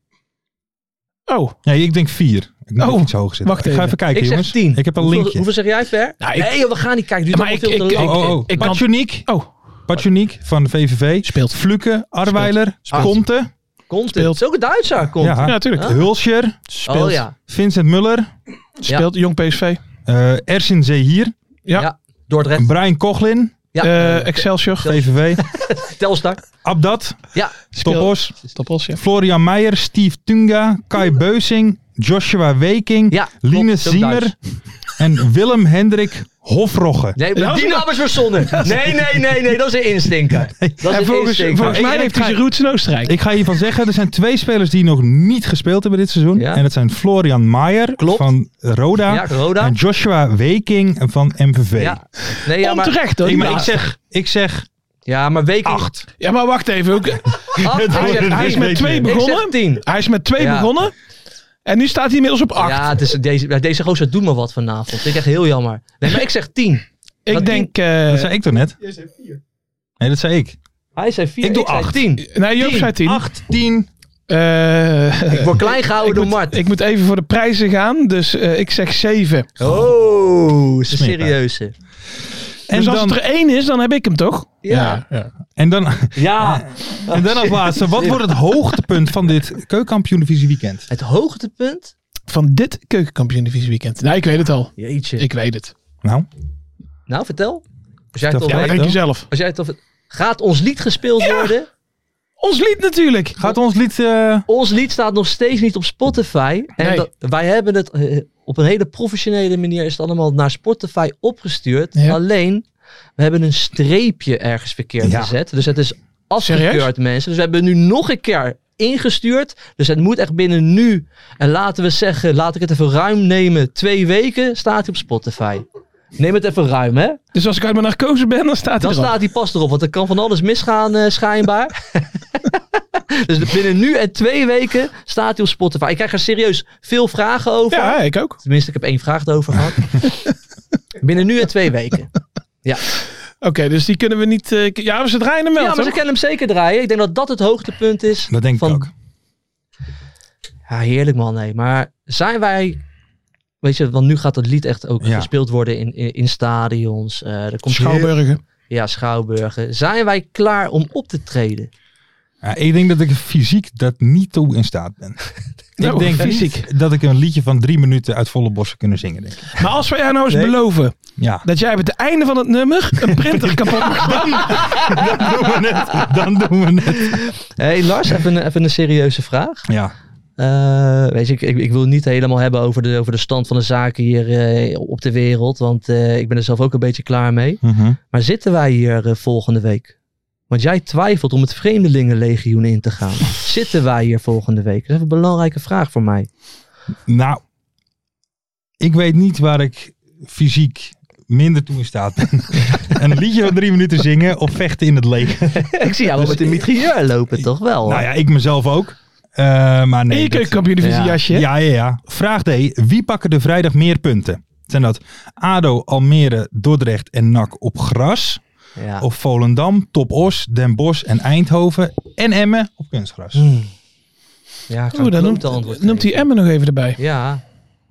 Oh. Nee, ik denk 4. Ik moet iets hoog zitten. Wacht Ik ga even. even kijken, Ik zeg jongens. 10. Ik heb een Hoeveel- linkje. Hoeveel zeg jij, Ver? Nou, Nee, joh, we gaan niet kijken. Duurt Maar allemaal veel ik- te ik- lang. ik kan- Patjoniek. Oh. Patjoniek van de VVV. Speelt. Fluke, Arweiler, Speelt. Conte, Komt Speelt. het? Is ook een Duitser. Komt. Ja. Ja, natuurlijk. Hulscher, Speelt. Oh ja. Vincent Muller, Speelt. Jong PSV. Ersin Zehir, Ja. Ja. Dordrecht. Brian Cochlin, Ja. Excelsior. VVV, Telstar. Abdat, Ja. Toppos, Toppos, ja. Florian Meijer, Steve Tunga, Kai Beusing, Joshua Weking, Ja. Linus klopt, ook Ziemer Duits. en Willem Hendrik Hofrogge. Nee, Dat is die een- naam is verzonnen. Nee, dat is een instinker. Dat is En een volgens instinker. mij heeft hij zijn roots in Oostenrijk. Ik ga hiervan zeggen, er zijn 2 spelers die nog niet gespeeld hebben dit seizoen. Ja. En dat zijn Florian Meijer Klopt. van Roda Ja, Roda. en Joshua Weking van MVV. Ja. Nee, ja, maar, Onterecht hoor. die Maar laatste. ik zeg ja, maar Weking... 8. Ja, maar wacht even. Hij is met 2 Ik begonnen. zeg 10. Hij is met 2 Ja. begonnen. En nu staat hij inmiddels op 8. Ja, het is deze gozer doet me wat vanavond. Vind ik echt heel jammer. Nee, maar ik zeg 10. ik dat denk... Dat zei ik toch net? Jij zei 4. Nee, dat zei ik. Hij zei 4, Ik doe zei 8. 10. Nee, Joop 10. zei 10. 8, 10. Ik word klein gehouden door Mart. Ik moet even voor de prijzen gaan. Dus ik zeg 7. Oh, is een Smeerpijn. serieuze. En Dus als dan, het er 1 is, dan heb ik hem toch? Ja. en dan, Ja. en dan als laatste, wat wordt het hoogtepunt van dit keukenkampioen-divisie weekend? Het hoogtepunt? Van dit keukenkampioen-divisie weekend. Nou, ik weet het al. Jeetje. Ik weet het. Nou, Nou, vertel. Als jij het al Vertel. Ja, weet. denk je zelf. Als jij het al weet. Gaat ons lied gespeeld worden? Ons lied natuurlijk. gaat ons lied... Ons lied staat nog steeds niet op Spotify. En Nee. wij hebben het op een hele professionele manier is het allemaal naar Spotify opgestuurd. Ja. Alleen, we hebben een streepje ergens verkeerd Ja. gezet. Dus het is afgekeurd, Serieus? mensen. Dus we hebben nu nog een keer ingestuurd. Dus het moet echt binnen nu, en laten we zeggen, laat ik het even ruim nemen, 2 weken staat hij op Spotify. Neem het even ruim, hè? Dus als ik uit mijn narcose ben, dan staat hij Dan erop. staat hij pas erop, want er kan van alles misgaan schijnbaar. Dus binnen nu en 2 weken staat hij op Spotify. Ik krijg er serieus veel vragen over. Ja, ik ook. Tenminste, ik heb 1 vraag erover gehad. Binnen nu en 2 weken. Ja, Oké, dus die kunnen we niet... ja, ze draaien hem wel, ja maar toch? ze kunnen hem zeker draaien. Ik denk dat dat het hoogtepunt is. Dat denk ik ook. Ja, heerlijk man. Nee. Maar zijn wij... Weet je, want nu gaat het lied echt ook Ja. gespeeld worden in stadions. Er komt Schouwburgen. Ja, schouwburgen. Zijn wij klaar om op te treden? Ja, ik denk dat ik fysiek dat niet toe in staat ben. Nou, ik denk fysiek. niet dat ik een liedje van 3 minuten uit volle bossen kunnen zingen, denk ik. Maar als we jou nou eens Nee. beloven Ja, dat jij op het einde van het nummer een printer kapot maakt. dan doen we het. Hey Lars, even een serieuze vraag. Ja, Weet je, ik wil het niet helemaal hebben over de stand van de zaken hier op de wereld. Want ik ben er zelf ook een beetje klaar mee. Maar zitten wij hier volgende week? Want jij twijfelt om het Vreemdelingenlegioen in te gaan. Zitten wij hier volgende week? Dat is even een belangrijke vraag voor mij. nou, ik weet niet waar ik fysiek minder toe in staat ben. Een liedje van 3 minuten zingen of vechten in het leger. Ik zie jou wel met een mitrailleur lopen, toch wel? Nou ja, ik mezelf ook. Maar nee. En je keukenkampioen-divisie Ja. jasje. Ja. Vraag D. Wie pakken de vrijdag meer punten? Zijn dat ADO, Almere, Dordrecht en NAC op gras? Ja. Of Volendam, Top Os, Den Bosch en Eindhoven en Emmen op kunstgras? Ja, ik Oeh, dan noemt hij Emmen nog even erbij. Ja.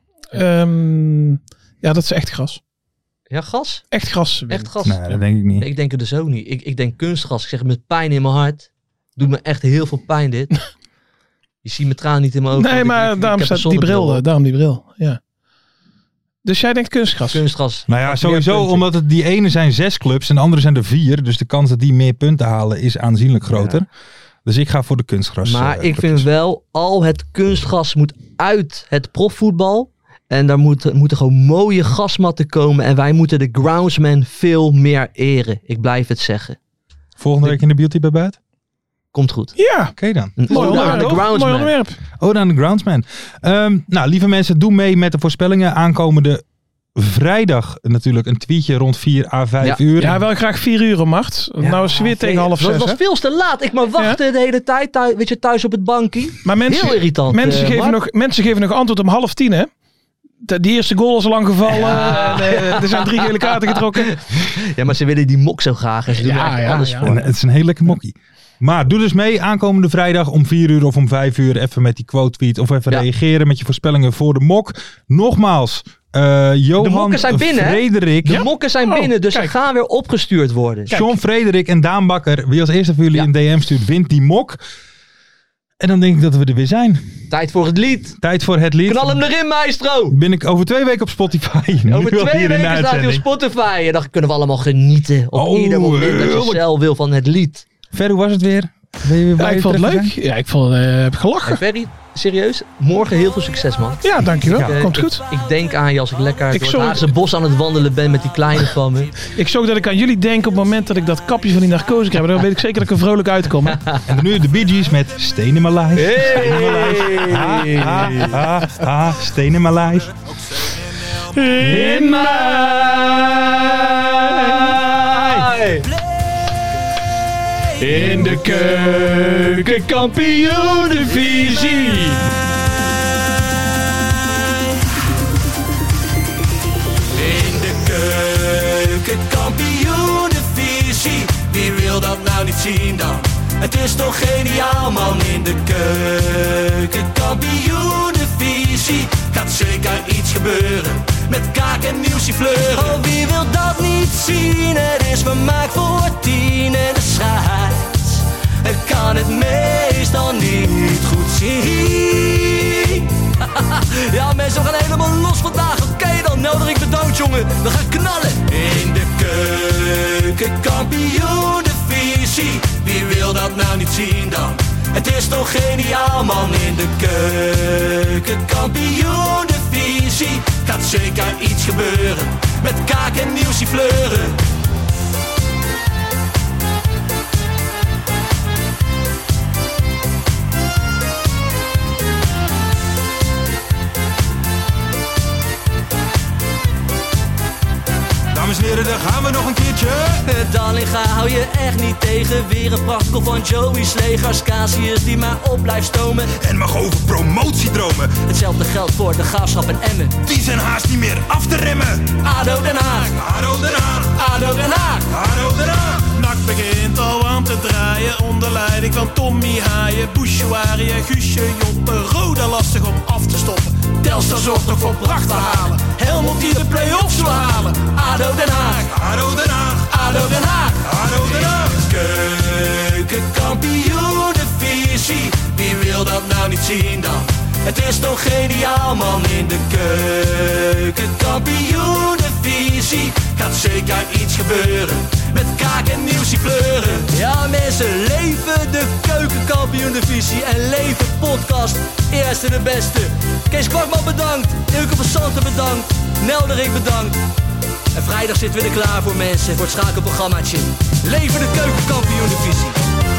Ja, dat is echt gras. Ja, gas? Echt gras. Echt gas? Nee, dat denk ik niet. Ik denk het dus ook niet. Ik denk kunstgas. Ik zeg het met pijn in mijn hart. Doet me echt heel veel pijn dit. Je ziet mijn tranen niet in mijn ogen. Nee, want maar ik daarom heb een staat die zonnebril bril. op. Daarom die bril. Ja. Dus jij denkt kunstgras. Kunstgas. Nou ja, Meer sowieso punten. omdat het die ene zijn 6 clubs en de andere zijn er 4. Dus de kans dat die meer punten halen is aanzienlijk groter. Dus ik ga voor de kunstgras. Maar ik clubjes. vind wel, al het kunstgas moet uit het profvoetbal. En daar moeten gewoon mooie gasmatten komen. En wij moeten de groundsman veel meer eren. Ik blijf het zeggen. Volgende week in de Beauty bij buiten? Komt goed. Ja. Oké dan. Een Mooi ode aan de onderwerp. Mooi groundsman. onderwerp. Ode aan de groundsman. Nou, lieve mensen, doe mee met de voorspellingen aankomende vrijdag natuurlijk een tweetje rond 4 à 5 uur. Ja, wel graag 4 uur, Mart. Nou is het weer tegen 5:30. Dat was veel te laat. Ik maar wachten de hele tijd thuis op het bankje. Maar mensen, heel irritant. Mensen geven nog antwoord om 9:30, hè? Die eerste goal is al lang gevallen. Er zijn 3 gele kaarten getrokken. Ja, maar ze willen die mok zo graag. En ze doen er echt alles voor. En het is een heel lekker mokkie. Maar doe dus mee aankomende vrijdag om 4 uur of om 5 uur. Even met die quote tweet of even reageren met je voorspellingen voor de mok. Nogmaals, Johan, de mokken zijn binnen, Frederik. De mokken zijn binnen, dus ze gaan weer opgestuurd worden. John, Frederik en Daan Bakker. Wie als eerste van jullie een DM stuurt, wint die mok. En dan denk ik dat we er weer zijn. Tijd voor het lied. Tijd voor het lied. Knal hem erin, maestro. Ben ik over 2 weken op Spotify. Over 2 weken staat hij op Spotify. En dan kunnen we allemaal genieten. Op ieder moment dat je zelf wil van het lied. Fer, hoe was het weer? Ik vond het leuk. Ja, ik heb gelachen. En Ferry, serieus, morgen heel veel succes, man. Ja, dankjewel. Komt goed. Ik denk aan je als ik lekker door het Haagse bos aan het wandelen ben met die kleine van me. Ik zorg dat ik aan jullie denk op het moment dat ik dat kapje van die narcose krijg. Dan weet ik zeker dat ik er vrolijk uitkom. En dan nu de Bee Gees met Steen in My Life. Steen in My Life. Steen in My Life. In my in de keukenkampioenenvisie. In de keukenkampioenenvisie. Wie wil dat nou niet zien dan? Het is toch geniaal, man. In de keukenkampioenenvisie gaat zeker iets gebeuren. Met kaak en nieuwsie fleuren. Oh, wie wil dat niet zien? Het is vermaakt voor 10 en de scheids. Ik kan het meestal niet goed zien. Ja, mensen, we gaan helemaal los vandaag. Oké, dan nodig ik bedankt, jongen. We gaan knallen. In de keukenkampioenenvisie. Wie wil dat nou niet zien dan? Het is toch geniaal, man. In de keukenkampioenenvisie gaat zeker iets gebeuren. Met kaak en nieuwsie fleuren. Dames en heren, daar gaan we nog een keertje. Dallinga hou je echt niet tegen. Weer een prachtkel van Joey's legers. Casius die maar op blijft stomen. En mag over promotiedromen. Hetzelfde geldt voor de Graafschap en Emmen. Die zijn haast niet meer af te remmen. ADO Den Haag. ADO Den Haag. ADO Den Haag. ADO Den Haag. NAC begint al aan te draaien. Onder leiding van Tommy Haaien. Bouchouari en Guusje Joppen. Roda lastig om af te stoppen. Telstar zorgt nog voor pracht te halen. Helmond die de play-offs wil halen. ADO Den Haag. ADO Den Haag. ADO Den Haag. ADO Den Haag. Keukenkampioenenvisie. Wie wil dat nou niet zien dan? Het is toch geniaal, man. In de keukenkampioenenvisie gaat zeker iets gebeuren. Met kaak en nieuwsie kleuren. Ja, mensen, leven de keukenkampioenenvisie. En leven podcast. Eerste de beste. Kees Kwakman bedankt. Ilke van Santen bedankt. Nelderik bedankt. En vrijdag zitten we er klaar voor, mensen. Voor het schakelprogrammaatje. Leven de keukenkampioenenvisie.